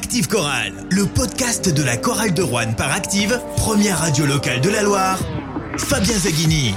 Active Chorale, le podcast de la chorale de Roanne par Active, première radio locale de la Loire, Fabien Zaghini.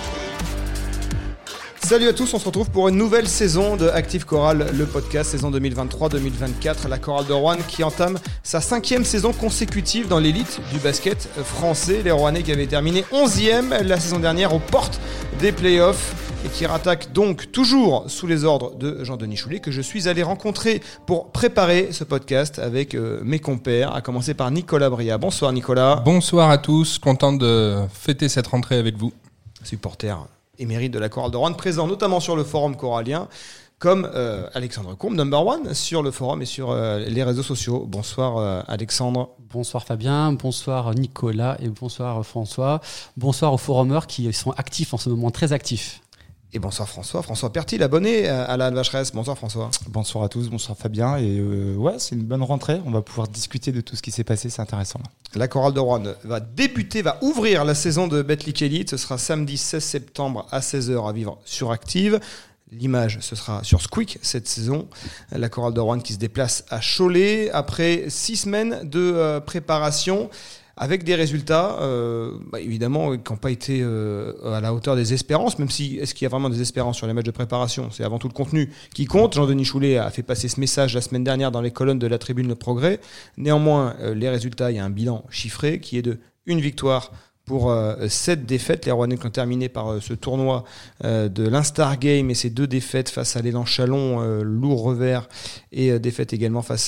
Salut à tous, on se retrouve pour une nouvelle saison de Active Chorale, le podcast, saison 2023-2024. La chorale de Roanne qui entame sa 5e saison consécutive dans l'élite du basket français. Les Roannais qui avaient terminé 11e la saison dernière aux portes des playoffs et qui rattaquent donc toujours sous les ordres de Jean-Denis Choulet, que je suis allé rencontrer pour préparer ce podcast avec mes compères, à commencer par Nicolas Bria. Bonsoir Nicolas. Bonsoir à tous, content de fêter cette rentrée avec vous. Supporter émérite de la chorale de Roanne, présent notamment sur le forum choralien, comme Alexandre Combe, number one sur le forum et sur les réseaux sociaux. Bonsoir Alexandre. Bonsoir Fabien, bonsoir Nicolas et bonsoir François. Bonsoir aux forumers qui sont actifs en ce moment, très actifs. Et bonsoir François Pertil, abonné à la Vacheresse. Bonsoir François. Bonsoir à tous, bonsoir Fabien. Et ouais, c'est une bonne rentrée. On va pouvoir discuter de tout ce qui s'est passé, c'est intéressant. La chorale de Roanne va ouvrir la saison de Betclic Elite. Ce sera samedi 16 septembre à 16h à vivre sur Active. L'image, ce sera sur Squeak cette saison. La chorale de Roanne qui se déplace à Cholet après 6 semaines de préparation. Avec des résultats, évidemment, qui n'ont pas été à la hauteur des espérances, même si, est-ce qu'il y a vraiment des espérances sur les matchs de préparation ? C'est avant tout le contenu qui compte. Jean-Denis Choulet a fait passer ce message la semaine dernière dans les colonnes de la tribune Le Progrès. Néanmoins, les résultats, il y a un bilan chiffré qui est de 1 victoire pour 7 défaites. Les Rouennais qui ont terminé par ce tournoi de l'Instar Game et ces 2 défaites face à l'Élan Chalon, lourd revers, et défaite également face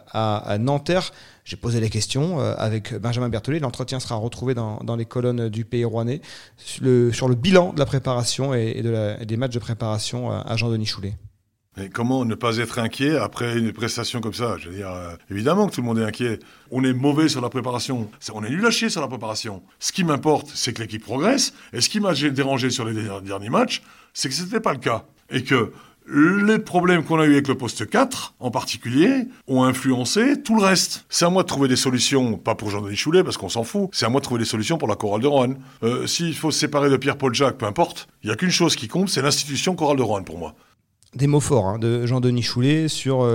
à Nanterre. J'ai posé les questions avec Benjamin Berthollet. L'entretien sera retrouvé dans les colonnes du Pays Rouennais sur le bilan de la préparation et des matchs de préparation à Jean-Denis Choulet. Et comment ne pas être inquiet après une prestation comme ça ? Je veux dire, évidemment que tout le monde est inquiet. On est mauvais sur la préparation. On est nul à chier sur la préparation. Ce qui m'importe, c'est que l'équipe progresse. Et ce qui m'a dérangé sur les derniers matchs, c'est que ce n'était pas le cas. Et que les problèmes qu'on a eu avec le poste 4, en particulier, ont influencé tout le reste. C'est à moi de trouver des solutions, pas pour Jean-Denis Choulet, parce qu'on s'en fout. C'est à moi de trouver des solutions pour la chorale de Roanne. S'il faut se séparer de Pierre-Paul Jacques, peu importe. Il n'y a qu'une chose qui compte, c'est l'institution chorale de Roanne pour moi. Des mots forts de Jean-Denis Choulet sur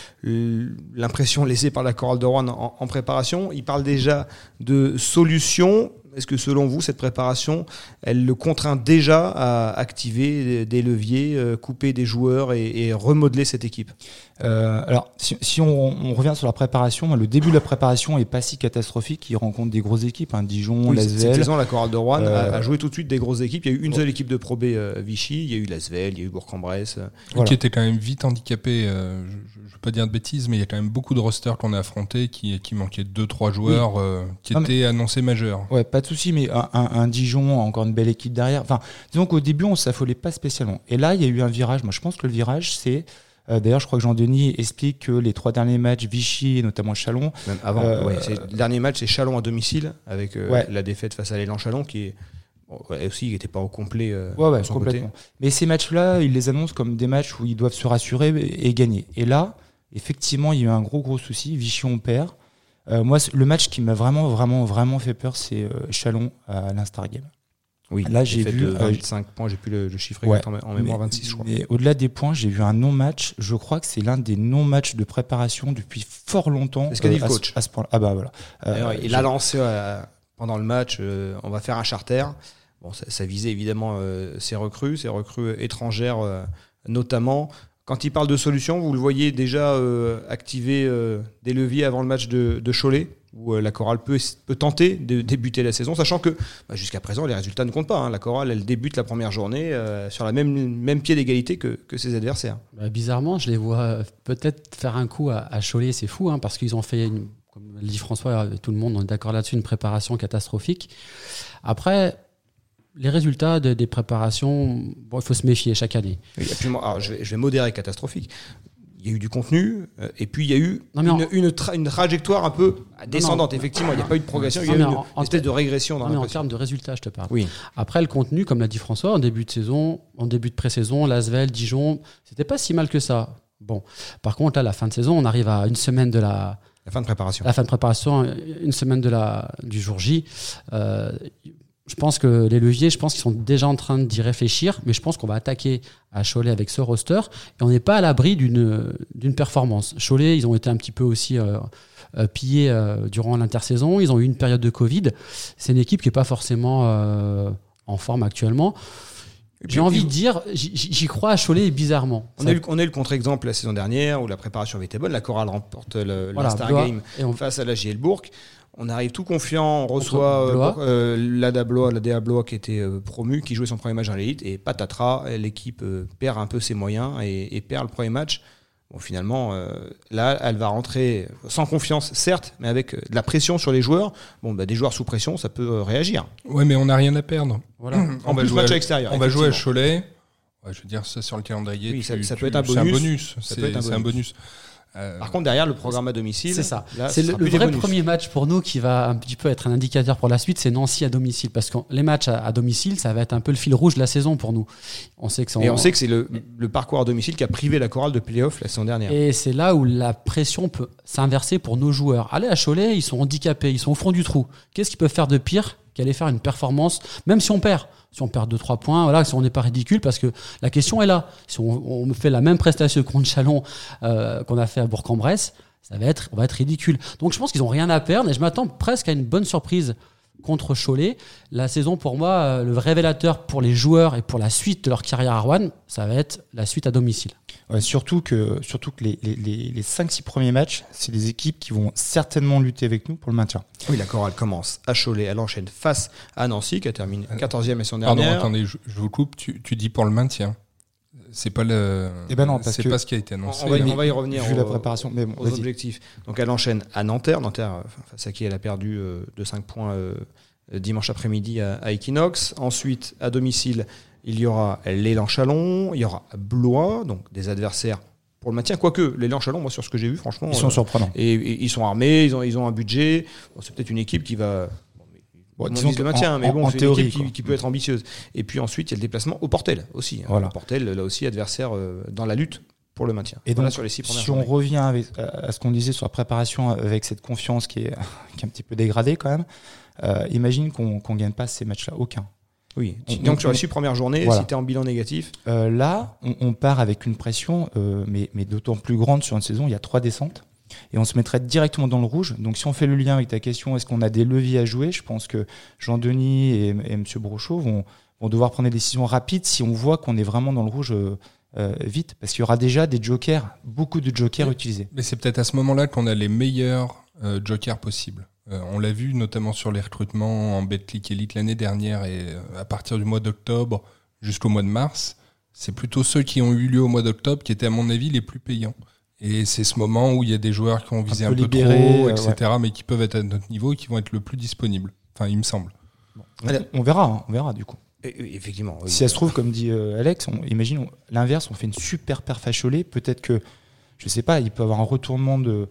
l'impression laissée par la chorale de Roanne en préparation. Il parle déjà de solutions. Est-ce que selon vous, cette préparation, elle le contraint déjà à activer des leviers, couper des joueurs et remodeler cette équipe ? Alors, si on revient sur la préparation, le début de la préparation est pas si catastrophique. Il rencontre des grosses équipes, Dijon, l'Asvel. Cette saison, la chorale de Roanne a joué tout de suite des grosses équipes. Il y a eu une seule équipe de Pro B, Vichy. Il y a eu l'Asvel, il y a eu Bourg-en-Bresse. Voilà. Qui était quand même vite handicapé. Je ne veux pas dire de bêtises, mais il y a quand même beaucoup de rosters qu'on a affrontés qui manquaient 2-3 joueurs qui étaient annoncés majeurs. Ouais, pas de souci, mais un Dijon, encore une belle équipe derrière. Enfin, disons qu'au début, on s'affolait pas spécialement. Et là, il y a eu un virage. Moi, je pense que le virage, c'est... d'ailleurs, je crois que Jean-Denis explique que les 3 derniers matchs, Vichy et notamment Chalon... Même avant, le dernier match, c'est Chalon à domicile, avec la défaite face à l'Élan Chalon, qui est... aussi, il n'était pas au complet. Complètement. Côté. Mais ces matchs-là, ils les annoncent comme des matchs où ils doivent se rassurer et gagner. Et là, effectivement, il y a eu un gros souci. Vichy, on perd. Moi, le match qui m'a vraiment fait peur, c'est Chalon à l'Instar Game. Oui, là, j'ai vu 25 points, j'ai plus le chiffre exact en mémoire, 26, je crois. Mais au-delà des points, j'ai vu un non-match. Je crois que c'est l'un des non-matchs de préparation depuis fort longtemps. C'est ce qu'a dit le coach. À ce point-là. Ah bah voilà. Il a lancé pendant le match, on va faire un charter. Bon, ça visait évidemment ses recrues étrangères notamment. Quand il parle de solutions, vous le voyez déjà activer des leviers avant le match de Cholet, où la chorale peut tenter de débuter la saison, sachant que jusqu'à présent, les résultats ne comptent pas. La chorale, elle débute la première journée sur la même pied d'égalité que ses adversaires. Bizarrement, je les vois peut-être faire un coup à Cholet, c'est fou, parce qu'ils ont fait, comme le dit François, tout le monde, on est d'accord là-dessus, une préparation catastrophique. Après... Les résultats des préparations, il faut se méfier chaque année. Oui, absolument. Alors, je vais modérer catastrophique. Il y a eu du contenu, et puis il y a eu une trajectoire un peu descendante. Effectivement, il n'y a pas eu de progression, il y a eu une espèce de régression dans en termes de résultats, je te parle. Oui. Après, le contenu, comme l'a dit François, en début de pré-saison, l'Asvel, Dijon, c'était pas si mal que ça. Bon, par contre, là, la fin de saison, on arrive à une semaine de la fin de préparation. La fin de préparation, une semaine du jour J. Je pense que les leviers, qu'ils sont déjà en train d'y réfléchir, mais je pense qu'on va attaquer à Cholet avec ce roster et on n'est pas à l'abri d'une performance. Cholet, ils ont été un petit peu aussi pillé durant l'intersaison. Ils ont eu une période de Covid. C'est une équipe qui est pas forcément en forme actuellement. J'ai envie de dire, j'y crois à Cholet bizarrement. On a eu le contre-exemple la saison dernière où la préparation avait été bonne. La Chorale remporte l'All-Star Game face à la JL Bourg. On arrive tout confiant, on reçoit l'ADA Blois qui était promu, qui jouait son premier match dans l'élite, et patatras, l'équipe perd un peu ses moyens et perd le premier match. Bon, finalement, là, elle va rentrer sans confiance, certes, mais avec de la pression sur les joueurs. Bon, des joueurs sous pression, ça peut réagir. Ouais, mais on n'a rien à perdre. Voilà. On va jouer match à l'extérieur. On va jouer à Cholet. Ouais, je veux dire, ça sur le calendrier, oui, ça peut être un bonus. C'est un bonus. Par contre, derrière, le programme à domicile, c'est ça. Là, c'est le vrai premier match pour nous qui va un petit peu être un indicateur pour la suite, c'est Nancy à domicile. Parce que les matchs à domicile, ça va être un peu le fil rouge de la saison pour nous. On sait que c'est le parcours à domicile qui a privé la Chorale de play-off la saison dernière. Et c'est là où la pression peut s'inverser pour nos joueurs. Allez à Cholet, ils sont handicapés, ils sont au fond du trou. Qu'est-ce qu'ils peuvent faire de pire qu'aller faire une performance, même si on perd 2-3 points, voilà, si on n'est pas ridicule, parce que la question est là. Si on fait la même prestation contre Chalon qu'on a fait à Bourg-en-Bresse, on va être ridicule. Donc je pense qu'ils n'ont rien à perdre et je m'attends presque à une bonne surprise contre Cholet. La saison, pour moi, le révélateur pour les joueurs et pour la suite de leur carrière à Rouen, ça va être la suite à domicile. Ouais, surtout que les 5-6 premiers matchs, c'est des équipes qui vont certainement lutter avec nous pour le maintien. Oui, la Chorale commence à Cholet, elle enchaîne face à Nancy, qui a terminé 14e la saison dernière. Pardon, attendez, je vous coupe, tu dis pour le maintien. C'est pas le. Eh ben non, parce c'est que pas ce qui a été annoncé. On va y revenir vu la préparation, mais bon, aux objectifs. Donc elle enchaîne à Nanterre, face à qui elle a perdu de 5 points dimanche après-midi à Equinox. Ensuite, à domicile, il y aura l'Élan-Chalon, il y aura Blois, donc des adversaires pour le maintien. Quoique, l'Élan-Chalon, moi, sur ce que j'ai vu, franchement. Ils sont surprenants. Et ils sont armés, ils ont un budget. Bon, c'est peut-être une équipe qui va. Disons le maintien, mais bon, c'est théorie, une équipe qui peut être ambitieuse. Et puis ensuite, il y a le déplacement au Portel aussi. Voilà. Le Portel, là aussi, adversaire dans la lutte pour le maintien. Et voilà, donc, sur les 6 premières si journées. on revient à ce qu'on disait sur la préparation avec cette confiance qui est un petit peu dégradée quand même, imagine qu'on ne gagne pas ces matchs-là, aucun. Oui, donc sur les 6 premières journées, voilà. Si tu es en bilan négatif. Là, on part avec une pression, mais d'autant plus grande sur une saison, il y a 3 descentes. Et on se mettrait directement dans le rouge. Donc si on fait le lien avec ta question, est-ce qu'on a des leviers à jouer ? Je pense que Jean-Denis et M. Brochot vont devoir prendre des décisions rapides si on voit qu'on est vraiment dans le rouge vite. Parce qu'il y aura déjà des jokers, beaucoup de jokers utilisés. Mais c'est peut-être à ce moment-là qu'on a les meilleurs jokers possibles. On l'a vu notamment sur les recrutements en Betclic Elite l'année dernière et à partir du mois d'octobre jusqu'au mois de mars. C'est plutôt ceux qui ont eu lieu au mois d'octobre qui étaient à mon avis les plus payants. Et c'est ce moment où il y a des joueurs qui ont visé un peu trop, etc., mais qui peuvent être à notre niveau et qui vont être le plus disponibles. Enfin, il me semble. Bon. On verra du coup. Effectivement. Oui. Si ça se trouve, comme dit Alex, imagine l'inverse, on fait une super perf à Cholet, peut-être que, je sais pas, il peut avoir un retournement de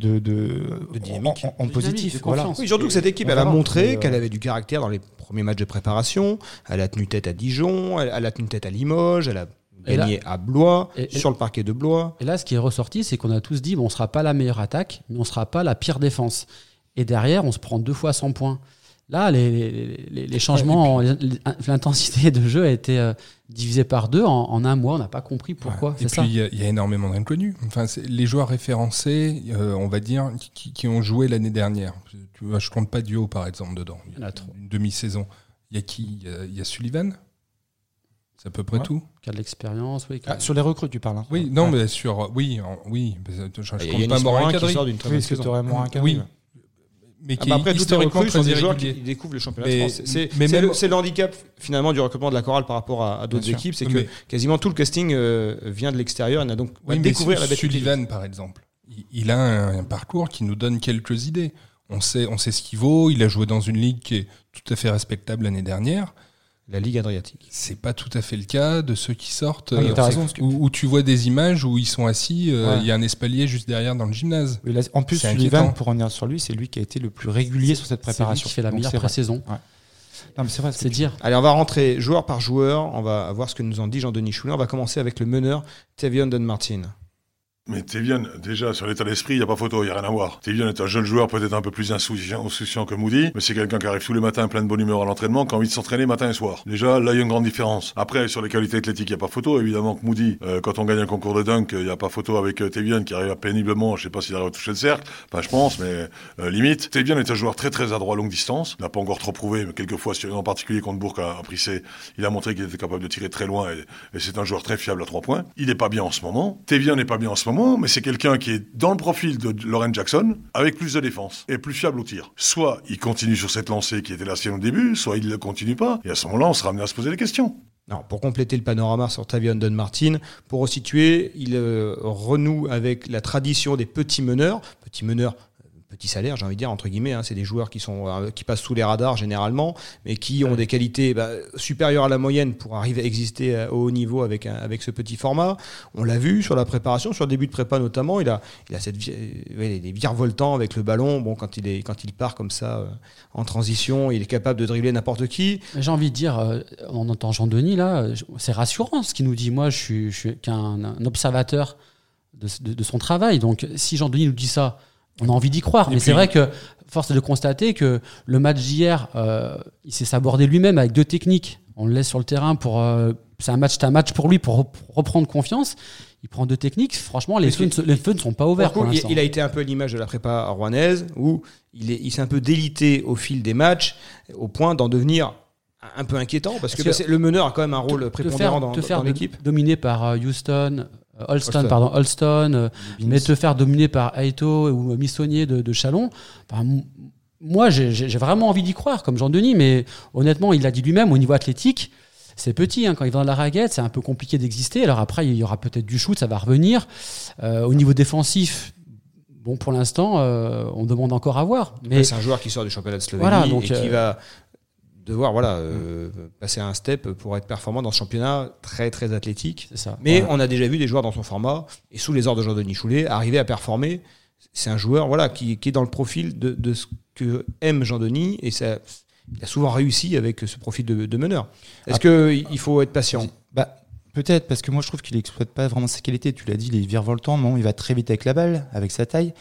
dynamique en positif. Voilà. Oui, surtout que cette équipe, elle a montré qu'elle avait du caractère dans les premiers matchs de préparation. Elle a tenu tête à Dijon, elle a tenu tête à Limoges, elle a gagné à Blois, sur le parquet de Blois. Et là, ce qui est ressorti, c'est qu'on a tous dit on ne sera pas la meilleure attaque, mais on ne sera pas la pire défense. Et derrière, on se prend 2 fois 100 points. Là, les changements, l'intensité de jeu a été divisée par 2 en un mois. On n'a pas compris pourquoi. Et puis, il y a énormément d'inconnus. Enfin, les joueurs référencés, on va dire, qui ont joué l'année dernière. Tu vois, je ne compte pas Dio, par exemple, dedans. Il y en a trop. Une demi-saison. Il y a qui ? Il y a Sullivan ? C'est à peu près tout. Qui a de l'expérience, oui. Sur les recrues, tu parles. Hein. Oui, non, mais sur. Oui. Je compte pas Morin qui sort d'une très bonne saison. Oui. Mais qui après, toutes les recrues sont des joueurs qui découvrent le championnat de France. C'est le handicap finalement du recrutement de la Chorale par rapport à d'autres équipes, c'est que quasiment tout le casting vient de l'extérieur. On a donc découvrir la Betclic. Sullivan, par exemple, il a un parcours qui nous donne quelques idées. On sait ce qu'il vaut. Il a joué dans une ligue qui est tout à fait respectable l'année dernière. La Ligue Adriatique. C'est pas tout à fait le cas de ceux qui sortent, où tu vois des images où ils sont assis, il y a un espalier juste derrière dans le gymnase. Oui, là, en plus, Sullivan, pour revenir sur lui, c'est lui qui a été le plus régulier sur cette préparation. C'est lui qui fait la meilleure pré-saison. Ouais. Non, mais c'est vrai, c'est dire. Allez, on va rentrer joueur par joueur, on va voir ce que nous en dit Jean-Denis Choulet. On va commencer avec le meneur, Tavion Dunmartin. Mais Tevian, déjà, sur l'état d'esprit, il n'y a pas photo, il n'y a rien à voir. Tevian est un jeune joueur, peut-être un peu plus insouciant que Moody, mais c'est quelqu'un qui arrive tous les matins plein de bonne humeur à l'entraînement, qui a envie de s'entraîner matin et soir. Déjà, là, il y a une grande différence. Après, sur les qualités athlétiques, il n'y a pas photo. Évidemment que Moody, quand on gagne un concours de dunk, il n'y a pas photo avec Tevian qui arrive péniblement, je sais pas s'il arrive à toucher le cercle, enfin, je pense, mais limite. Tevian est un joueur très très adroit à longue distance. Il n'a pas encore trop prouvé, mais quelquefois, en particulier contre Bourg à Prissé, il a montré qu'il était capable de tirer très loin et c'est un joueur très fiable à 3 points. Il n'est pas bien en ce moment. Tevian n'est pas bien en ce moment, mais c'est quelqu'un qui est dans le profil de Lauren Jackson, avec plus de défense et plus fiable au tir. Soit il continue sur cette lancée qui était la sienne au début, soit il ne continue pas. Et à ce moment-là, on sera amené à se poser des questions. Non, pour compléter le panorama sur Tavion Dunn-Martin, pour resituer, il renoue avec la tradition des petits meneurs, petit salaire, j'ai envie de dire, entre guillemets, c'est des joueurs qui passent sous les radars généralement, mais qui ont des qualités supérieures à la moyenne pour arriver à exister au haut niveau avec ce petit format. On l'a vu sur la préparation, sur le début de prépa notamment, il a des virevoltants avec le ballon. Bon, quand il part comme ça en transition, il est capable de dribbler n'importe qui. J'ai envie de dire, on entend Jean-Denis là, c'est rassurant ce qu'il nous dit. Moi, je suis qu'un observateur de son travail. Donc, si Jean-Denis nous dit ça, on a envie d'y croire, mais c'est vrai que force est de constater que le match d'hier, il s'est sabordé lui-même avec 2 techniques. On le laisse sur le terrain c'est un match pour lui pour reprendre confiance. Il prend 2 techniques. Franchement, les feux ne sont pas ouverts. Pour l'instant. Il a été un peu à l'image de la prépa rouennaise où il s'est un peu délité au fil des matchs au point d'en devenir un peu inquiétant parce que le meneur a quand même un rôle prépondérant dans l'équipe. Dominé par Holston, mais te faire dominer par Aito ou Missonnier de Chalon, moi j'ai vraiment envie d'y croire comme Jean-Denis, mais honnêtement il l'a dit lui-même, au niveau athlétique c'est petit, quand il va dans la raquette c'est un peu compliqué d'exister. Alors après il y aura peut-être du shoot, ça va revenir. Au niveau défensif, bon pour l'instant on demande encore à voir, mais c'est un joueur qui sort du championnat de Slovénie et qui va devoir passer un step pour être performant dans ce championnat très très athlétique. C'est ça. Mais on a déjà vu des joueurs dans son format et sous les ordres de Jean-Denis Choulet arriver à performer. C'est un joueur qui est dans le profil de ce que aime Jean-Denis et ça, il a souvent réussi avec ce profil de meneur. Est-ce qu'il faut être patient ? Peut-être, parce que moi je trouve qu'il n'exploite pas vraiment ses qualités. Tu l'as dit, il est virevoltant, non, il va très vite avec la balle, avec sa taille.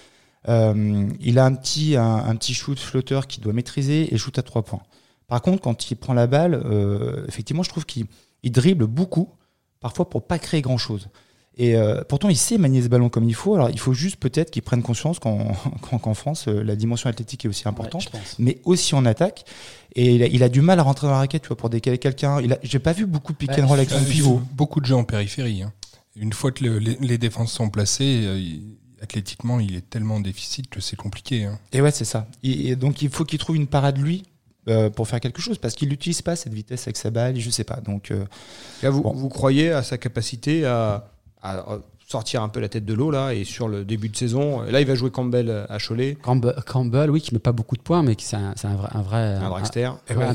Il a un petit shoot flotteur qu'il doit maîtriser et shoot à 3 points. Par contre, quand il prend la balle, effectivement, je trouve qu'il dribble beaucoup, parfois pour pas créer grand-chose. Et pourtant, il sait manier ce ballon comme il faut. Alors, il faut juste peut-être qu'il prenne conscience qu'en France, la dimension athlétique est aussi importante, mais aussi en attaque. Et il a du mal à rentrer dans la raquette, tu vois, pour décaler quelqu'un. J'ai pas vu beaucoup de pick and roll avec son pivot. Beaucoup de jeux en périphérie. Une fois que les défenses sont placées, athlétiquement, il est tellement en déficit que c'est compliqué. Et ouais, c'est ça. Et donc, il faut qu'il trouve une parade lui. Pour faire quelque chose, parce qu'il n'utilise pas cette vitesse avec sa balle, je sais pas. Donc, vous croyez à sa capacité à sortir un peu la tête de l'eau là, et sur le début de saison, là il va jouer Campbell à Cholet. Campbell, oui, qui met pas beaucoup de points, mais c'est un vrai dragster,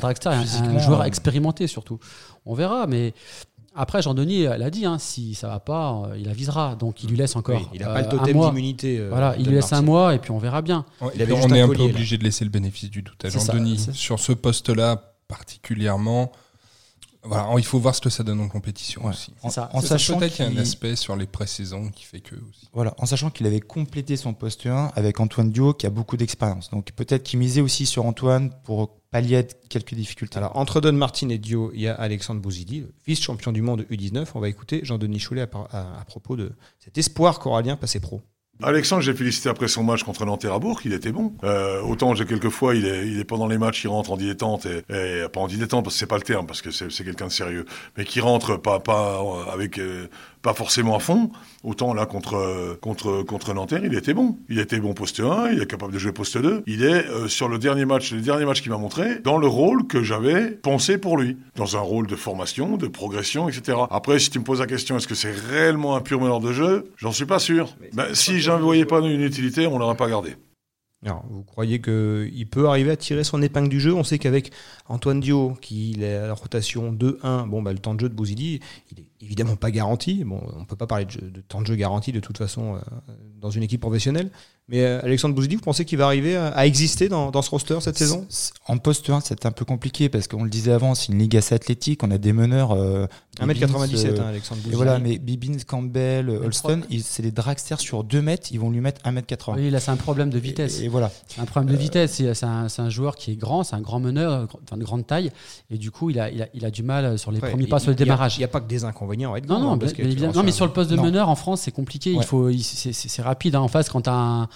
un joueur expérimenté surtout. On verra, mais après Jean-Denis l'a dit, si ça va pas, il avisera. Donc il lui laisse encore. Oui, il n'a pas le totem d'immunité. Il lui laisse un mois et puis on verra bien. On est un peu obligé de laisser le bénéfice du doute à Jean-Denis sur ce poste-là particulièrement. Voilà, il faut voir ce que ça donne en compétition aussi. En sachant peut-être qu'il y a un aspect sur les pré-saisons qui fait que aussi. Voilà, en sachant qu'il avait complété son poste 1 avec Antoine Dio qui a beaucoup d'expérience. Donc peut-être qu'il misait aussi sur Antoine pour pallier à quelques difficultés. Alors entre Don Martin et Dio, il y a Alexandre Bouzidi, le vice-champion du monde U19. On va écouter Jean-Denis Choulet à propos de cet espoir corallien passé pro. Alexandre, j'ai félicité après son match contre Nanterre à Bourg, il était bon. Autant quelquefois, il est pendant les matchs, il rentre en dilettante et pas en dilettante parce que c'est pas le terme, parce que c'est quelqu'un de sérieux, mais qui rentre pas avec pas forcément à fond. Autant là contre Nanterre, il était bon. Il était bon poste 1, il est capable de jouer poste 2. Il est sur les derniers matchs qu'il m'a montré, dans le rôle que j'avais pensé pour lui, dans un rôle de formation, de progression, etc. Après, si tu me poses la question, est-ce que c'est réellement un pur meneur de jeu ? J'en suis pas sûr. Si j'en voyais pas une utilité, on l'aurait pas gardé. Alors, vous croyez qu'il peut arriver à tirer son épingle du jeu ? On sait qu'avec Antoine Dio, qui est à la rotation 2-1, le temps de jeu de Bouzidi, il est évidemment pas garanti. On ne peut pas parler de temps de jeu garanti de toute façon dans une équipe professionnelle. Mais Alexandre Bouzidi, vous pensez qu'il va arriver à exister dans ce roster cette saison ? En poste 1, c'est un peu compliqué parce qu'on le disait avant, c'est une ligue assez athlétique. On a des meneurs 1m97, Alexandre Et Bouzy. voilà, mais Bibbins, Campbell, Holston, c'est des dragsters sur 2 mètres, ils vont lui mettre 1m80. Oui, là, c'est un problème de vitesse. Et voilà. C'est un problème de vitesse. C'est un joueur qui est grand, c'est un grand meneur, de grande taille. Et du coup, il a du mal sur les Ouais, premiers pas, sur le démarrage. Il n'y a pas que des inconvénients à être Non, grand, non, hein, parce que bien tu évidemment. reçois Non, mais sur le poste de Non. meneur, en France, c'est compliqué. Ouais. C'est rapide. En face, quand tu as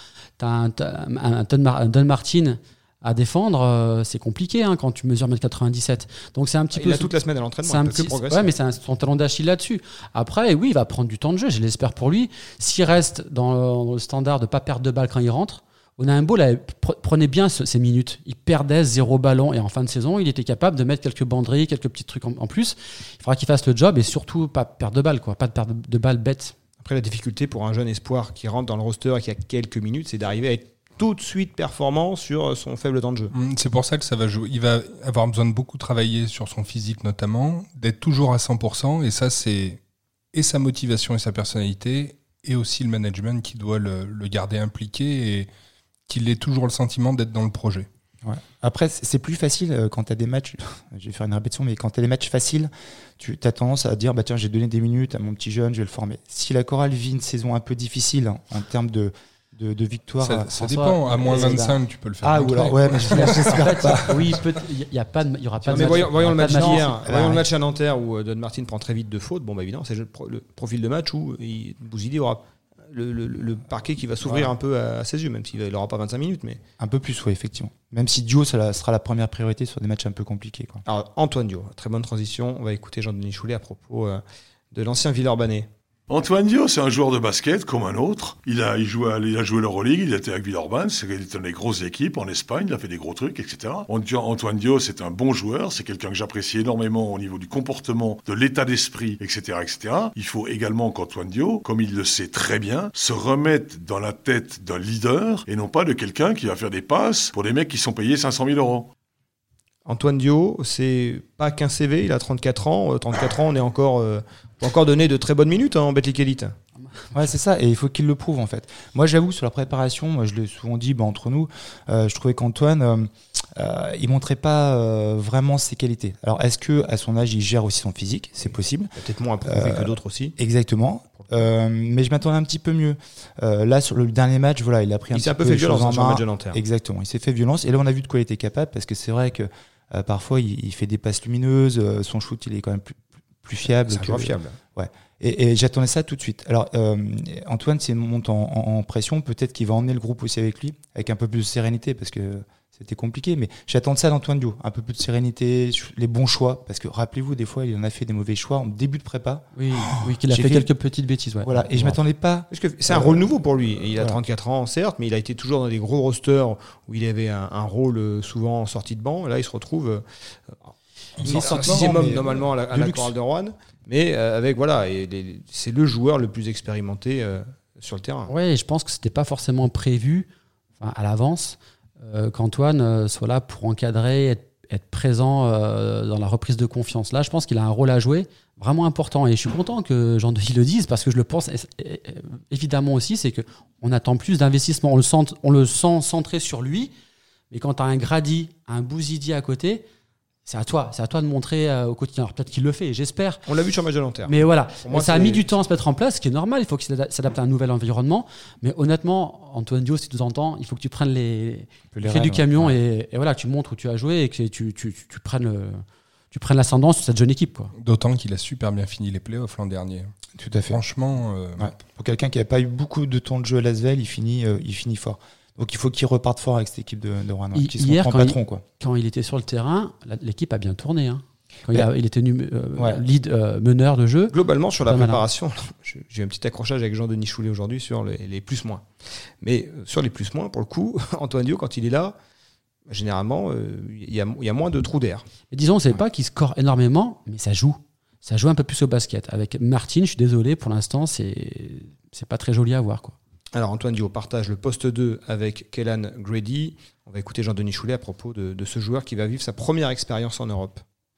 un Don Martin à défendre, c'est compliqué quand tu mesures 1m97. Donc c'est un petit il peu. a toute la semaine à l'entraînement, C'est un il peut que petit, progresser. ouais, mais c'est son talon d'Achille là-dessus. Après, oui, il va prendre du temps de jeu, je l'espère pour lui. S'il reste dans le standard de pas perdre de balle quand il rentre, Onaimbo prenait bien ses minutes. Il perdait 0 ballon et en fin de saison, il était capable de mettre quelques banderies, quelques petits trucs en plus. Il faudra qu'il fasse le job et surtout pas perdre de balle, quoi. Pas de perdre de balle bête. Après, la difficulté pour un jeune espoir qui rentre dans le roster et qui a quelques minutes, c'est d'arriver à être tout de suite performant sur son faible temps de jeu. C'est pour ça que ça va jouer. Il va avoir besoin de beaucoup travailler sur son physique notamment, d'être toujours à 100%, et ça c'est et sa motivation et sa personnalité, et aussi le management qui doit le garder impliqué et qu'il ait toujours le sentiment d'être dans le projet. Ouais. Après, c'est plus facile quand tu as des matchs, je vais faire une répétition, mais quand tu as des matchs faciles, tu as tendance à dire, bah tiens, j'ai donné des minutes à mon petit jeune, je vais le former. Si la chorale vit une saison un peu difficile en termes de victoire, Ça François, dépend, à moins c'est 25, tu peux le faire. ah, ou alors, ouais, mais j'espère pas. Oui, il y aura pas de Mais match. voyons le match d'hier. d'hier. Voyons Ouais. le match à Nanterre où Don Martin prend très vite de fautes. Bon, bah évidemment, c'est le profil de match où Bouzidi aura le parquet qui va s'ouvrir un peu à ses yeux, même s'il n'aura pas 25 minutes. Mais... Un peu plus, oui, effectivement. Même si Dio, ça sera la première priorité sur des matchs un peu compliqués, quoi. Alors, Antoine Dio, très bonne transition. On va écouter Jean-Denis Choulet à propos de l'ancien Villeurbanais. Antoine Dio, c'est un joueur de basket comme un autre. Il a joué l'Euroleague, il était avec Villeurbanne, il était dans des grosses équipes en Espagne, il a fait des gros trucs, etc. Antoine Dio, c'est un bon joueur, c'est quelqu'un que j'apprécie énormément au niveau du comportement, de l'état d'esprit, etc., etc. Il faut également qu'Antoine Dio, comme il le sait très bien, se remette dans la tête d'un leader et non pas de quelqu'un qui va faire des passes pour des mecs qui sont payés 500 000 €. Antoine Dio, c'est pas qu'un CV, il a 34 ans. 34 ans, on est encore donné de très bonnes minutes en Betclic Elite. Ouais, c'est ça, et il faut qu'il le prouve en fait. Moi, j'avoue, sur la préparation, moi, je l'ai souvent dit entre nous, je trouvais qu'Antoine, il montrait pas vraiment ses qualités. Alors, est-ce que à son âge, il gère aussi son physique ? C'est possible. Il a peut-être moins prouvé que d'autres aussi. Exactement. Mais je m'attendais un petit peu mieux. Là, sur le dernier match, voilà, il a pris Il s'est un peu peu fait les choses violence en sur le main. match de Nanterre. Exactement, il s'est fait violence, et là, on a vu de quoi il était capable, parce que c'est vrai que parfois, il fait des passes lumineuses, son shoot, il est quand même plus fiable. C'est un joueur fiable. Et j'attendais ça tout de suite. Alors, Antoine, s'il monte en pression, peut-être qu'il va emmener le groupe aussi avec lui, avec un peu plus de sérénité, parce que c'était compliqué. Mais j'attends ça d'Antoine Dio, un peu plus de sérénité, les bons choix. Parce que rappelez-vous, des fois, il en a fait des mauvais choix en début de prépa. Oui, qu'il a J'ai fait fait- quelques petites bêtises. Ouais. Voilà, et je m'attendais pas. Parce que c'est un rôle nouveau pour lui. Il a Voilà. 34 ans, certes, mais il a été toujours dans des gros rosters où il avait un rôle souvent en sortie de banc. Là, il se retrouve Sans sortie de sixième banc, homme mais normalement à de la luxe. chorale de Rouen. Mais avec, voilà, c'est le joueur le plus expérimenté sur le terrain. Ouais, et je pense que c'était pas forcément prévu à l'avance qu'Antoine soit là pour encadrer, être présent dans la reprise de confiance. Là, je pense qu'il a un rôle à jouer vraiment important. Et je suis content que Jean-Denis le dise, parce que je le pense évidemment aussi, c'est qu'on attend plus d'investissement. On le sent centré sur lui, mais quand tu as un Grady, un Bouzidi à côté, c'est à toi de montrer au quotidien. Alors peut-être qu'il le fait, j'espère. On l'a vu sur le match de Nanterre. Mais voilà, Pour moi, ça a c'est- mis du temps à se mettre en place, ce qui est normal. Il faut qu'il s'adapte à un nouvel environnement. Mais honnêtement, Antoine Dio, si tu t'entends, il faut que tu prennes les clés du rênes, camion ouais. et voilà, tu montres où tu as joué et que tu prennes l'ascendant sur cette jeune équipe, quoi. D'autant qu'il a super bien fini les playoffs l'an dernier. Tout à fait. Franchement, Ouais. Pour quelqu'un qui n'a pas eu beaucoup de temps de jeu à l'Asvel, il finit fort. Donc il faut qu'il reparte fort avec cette équipe de Rouen, qui se Hier, comprend quand patron, quoi. Quand il était sur le terrain, l'équipe a bien tourné. Hein. Quand Ben, il était ouais. lead meneur de jeu. Globalement, sur la Pas mal, préparation, j'ai eu un petit accrochage avec Jean-Denis Choulet aujourd'hui sur les plus-moins. Mais sur les plus-moins, pour le coup, Antoine Dio, quand il est là, généralement, il y a moins de trous d'air. Et disons, c'est pas qu'il score énormément, mais ça joue. Ça joue un peu plus au basket. Avec Martin, je suis désolé, pour l'instant, c'est pas très joli à voir, quoi. Alors Antoine Dio partage le poste 2 avec Kellan Grady. On va écouter Jean-Denis Choulet à propos de ce joueur qui va vivre sa première expérience en Europe.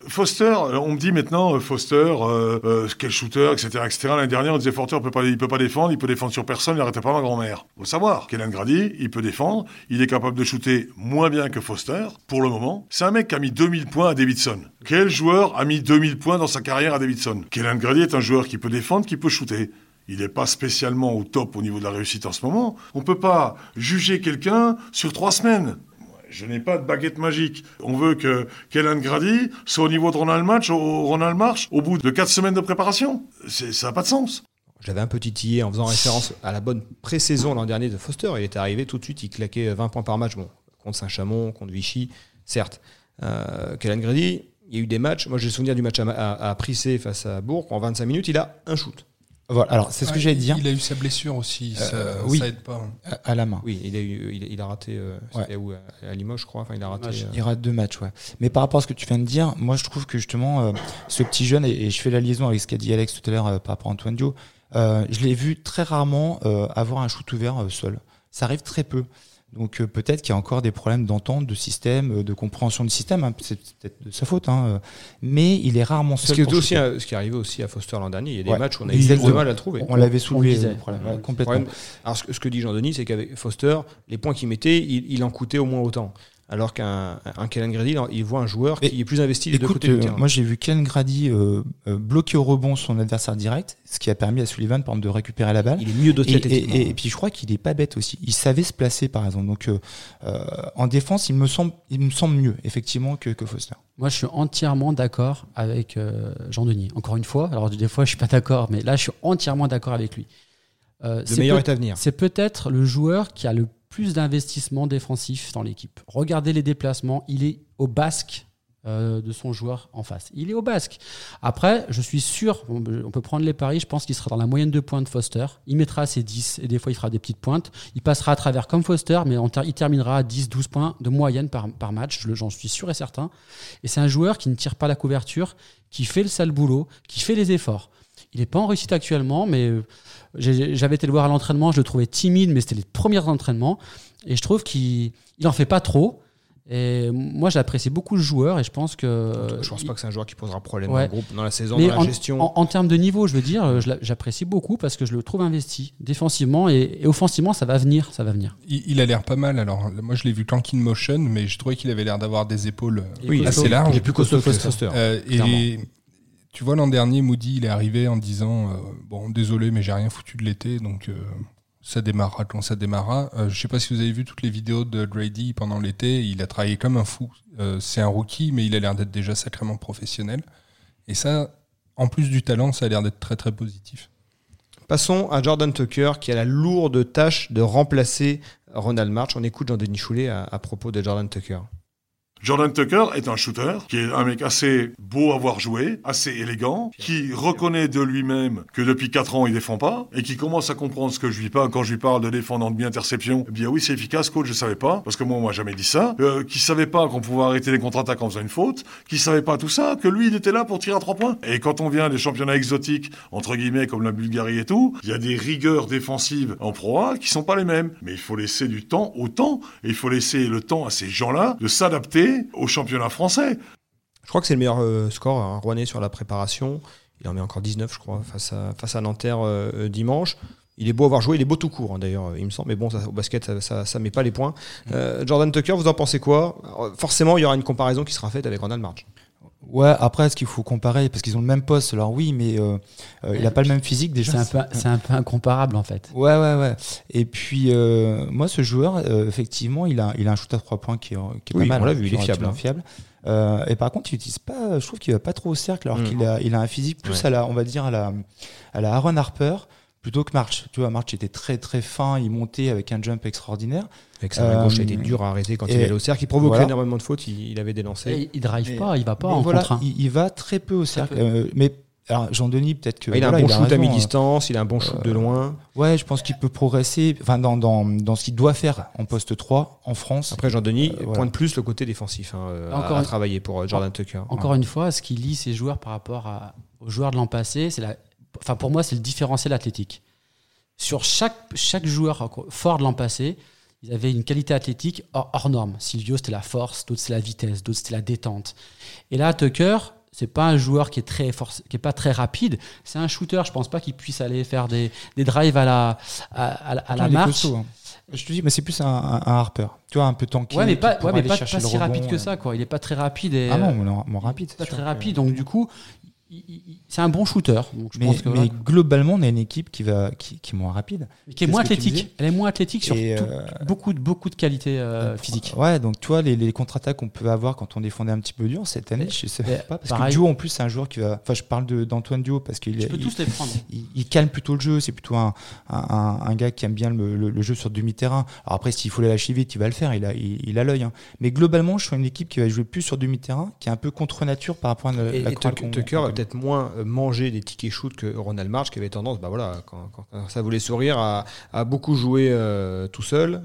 Foster, on me dit maintenant, Foster, quel shooter, etc., etc. L'année dernière, on disait Foster, il peut pas défendre, il peut défendre sur personne, il n'arrêtait pas ma grand-mère. Faut savoir, Kellan Grady, il peut défendre, il est capable de shooter moins bien que Foster, pour le moment. C'est un mec qui a mis 2000 points à Davidson. Quel joueur a mis 2000 points dans sa carrière à Davidson? Kellan Grady est un joueur qui peut défendre, qui peut shooter. Il n'est pas spécialement au top au niveau de la réussite en ce moment. On peut pas juger quelqu'un sur 3 semaines. Je n'ai pas de baguette magique. On veut que Kellan Grady soit au niveau de Ronald Marsh au bout de 4 semaines de préparation. Ça n'a pas de sens. J'avais un peu titillé en faisant référence à la bonne pré-saison l'an dernier de Foster. Il était arrivé tout de suite, il claquait 20 points par match. Bon, contre Saint-Chamond, contre Vichy, certes. Kellan Grady, il y a eu des matchs. Moi, j'ai le souvenir du match à Prissé face à Bourg. En 25 minutes, il a un shoot. Voilà, alors c'est ce que j'allais dire. Il a eu sa blessure aussi, ça aide pas. À la main. Oui, il a raté c'était où, à Limoges, je crois. Enfin, il a raté. Il rate 2 matchs, ouais. Mais par rapport à ce que tu viens de dire, moi je trouve que justement ce petit jeune, et je fais la liaison avec ce qu'a dit Alex tout à l'heure par rapport à Antoine Dio, je l'ai vu très rarement avoir un shoot ouvert seul. Ça arrive très peu. Donc peut-être qu'il y a encore des problèmes d'entente, de système, de compréhension du système. Hein. C'est peut-être de sa faute, hein. Mais il est rarement seul. Ce qui est arrivé aussi à Foster l'an dernier, il y a des matchs où on a eu de mal à le trouver. On l'avait soulevé, complètement. Alors ce que dit Jean-Denis, c'est qu'avec Foster, les points qu'il mettait, il en coûtait au moins autant. Alors qu'un Kellan Grady, il voit un joueur qui est plus investi des deux côtés du terrain. Moi, j'ai vu Kellan Grady bloquer au rebond son adversaire direct, ce qui a permis à Sullivan, par exemple, de récupérer la balle. Il est mieux doté athlétiquement. Et puis, je crois qu'il est pas bête aussi. Il savait se placer, par exemple. Donc, en défense, il me semble mieux, effectivement, que Foster. Moi, je suis entièrement d'accord avec Jean-Denis. Encore une fois, alors des fois, je suis pas d'accord, mais là, je suis entièrement d'accord avec lui. Le meilleur est à venir. C'est peut-être le joueur qui a le plus d'investissement défensif dans l'équipe. Regardez les déplacements, il est au basque de son joueur en face. Il est au basque. Après, je suis sûr, on peut prendre les paris, je pense qu'il sera dans la moyenne de points de Foster. Il mettra ses 10 et des fois il fera des petites pointes. Il passera à travers comme Foster, mais il terminera à 10-12 points de moyenne par match, j'en suis sûr et certain. Et c'est un joueur qui ne tire pas la couverture, qui fait le sale boulot, qui fait les efforts. Il n'est pas en réussite actuellement, mais j'avais été le voir à l'entraînement, je le trouvais timide, mais c'était les premiers entraînements. Et je trouve qu'il n'en fait pas trop. Et moi, j'apprécie beaucoup le joueur et je pense que... Je ne pense pas que c'est un joueur qui posera problème dans le groupe, dans la saison, mais dans la gestion. En termes de niveau, je veux dire, j'apprécie beaucoup parce que je le trouve investi défensivement et offensivement, ça va venir. Il a l'air pas mal. Alors, moi, je l'ai vu qu'en in motion, mais je trouvais qu'il avait l'air d'avoir des épaules assez larges. Il est plus costaud que Foster. Et tu vois, l'an dernier, Moody, il est arrivé en disant bon, désolé, mais j'ai rien foutu de l'été, donc ça démarrera quand ça démarrera. Je sais pas si vous avez vu toutes les vidéos de Grady pendant l'été. Il a travaillé comme un fou. C'est un rookie, mais il a l'air d'être déjà sacrément professionnel. Et ça, en plus du talent, ça a l'air d'être très très positif. Passons à Jordan Tucker, qui a la lourde tâche de remplacer Ronald Marsh. On écoute Jean-Denis Choulet à propos de Jordan Tucker. Jordan Tucker est un shooter, qui est un mec assez beau à voir jouer, assez élégant, qui reconnaît de lui-même que depuis 4 ans il défend pas, et qui commence à comprendre ce que je lui parle quand je lui parle de défendre en demi-interception. Eh bien oui, c'est efficace, coach, je savais pas, parce que moi on m'a jamais dit ça, qui savait pas qu'on pouvait arrêter les contre-attaques en faisant une faute, qui savait pas tout ça, que lui il était là pour tirer à 3 points. Et quand on vient des championnats exotiques, entre guillemets, comme la Bulgarie et tout, il y a des rigueurs défensives en Pro A qui sont pas les mêmes. Mais il faut laisser du temps au temps, et il faut laisser le temps à ces gens-là de s'adapter au championnat français. Je crois que c'est le meilleur score rouennais sur la préparation. Il en met encore 19, je crois, face à Nanterre dimanche. Il est beau à avoir joué, il est beau tout court, hein, d'ailleurs, il me semble. Mais bon, au basket, ça met pas les points. Jordan Tucker, vous en pensez quoi ? Forcément, il y aura une comparaison qui sera faite avec Ronald Marsh. Ouais, après, est-ce qu'il faut comparer ? Parce qu'ils ont le même poste, alors oui, mais il n'a pas le même physique déjà. C'est un peu incomparable en fait. Ouais. Et puis, moi, ce joueur, effectivement, il a un shoot à 3 points qui est pas mal. On l'a vu, il est fiable. Et par contre, il utilise pas, je trouve qu'il va pas trop au cercle, alors qu'il a un physique plus à la, on va dire, à la Aaron Harper, plutôt que March. Tu vois, March était très très fin, il montait avec un jump extraordinaire. Avec sa main gauche, il était dur à arrêter quand il allait au cercle. Il provoquait énormément de fautes, il avait des lancers. Il drive pas, il va pas en contre-un. Il va très peu au cercle. Mais alors, Jean-Denis, peut-être que. Il a un bon shoot à mi-distance, il a un bon shoot de loin. Ouais, je pense qu'il peut progresser dans ce qu'il doit faire en poste 3 en France. Après, Jean-Denis pointe plus le côté défensif à travailler pour Jordan Tucker. Encore une fois, ce qui lie ces joueurs par rapport aux joueurs de l'an passé, pour moi, c'est le différentiel athlétique. Sur chaque joueur fort de l'an passé, ils avaient une qualité athlétique hors norme. Silvio, c'était la force, d'autres, c'est la vitesse, d'autres, c'était la détente. Et là, Tucker, c'est pas un joueur qui est pas très rapide. C'est un shooter. Je pense pas qu'il puisse aller faire des drives à la marche. Costaud, hein. Je te dis, mais c'est plus un Harper. Tu vois, un peu tanky. Ouais, mais pas chercher si rapide que ça, quoi. Il est pas très rapide. Ah non, moins rapide. Pas très rapide. Donc du coup, c'est un bon shooter. Donc, mais globalement, on a une équipe qui est moins rapide. Mais qui est moins athlétique. Elle est moins athlétique sur beaucoup de qualités physiques. Ouais, donc tu vois, les contre-attaques qu'on peut avoir quand on défendait un petit peu dur cette année, je sais pas. Parce pareil. que Dio, en plus, c'est un joueur qui va. Enfin, je parle d'Antoine Dio parce qu'il peut tous les prendre. Il calme plutôt le jeu. C'est plutôt un gars qui aime bien le jeu sur demi-terrain. Alors après, s'il faut les lâcher vite, il va le faire. Il a l'œil. Hein. Mais globalement, je suis une équipe qui va jouer plus sur demi-terrain, qui est un peu contre-nature par rapport à la Tucker va peut-être moins manger des tickets shoot que Ronald March, qui avait tendance, quand ça voulait sourire, à beaucoup jouer tout seul.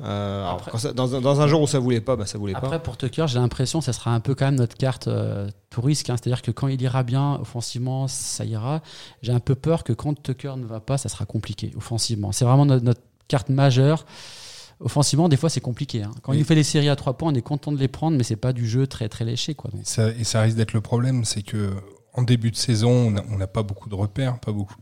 Dans un jour où ça voulait pas, ça voulait pas. Après, pour Tucker, j'ai l'impression que ça sera un peu quand même notre carte tout risque. C'est-à-dire que quand il ira bien offensivement, ça ira. J'ai un peu peur que quand Tucker ne va pas, ça sera compliqué offensivement. C'est vraiment notre carte majeure. Offensivement, des fois, c'est compliqué. Hein. Quand il fait les séries à 3 points, on est content de les prendre, mais c'est pas du jeu très, très léché, quoi. Donc. Ça risque d'être le problème, c'est que en début de saison, on n'a pas beaucoup de repères, pas beaucoup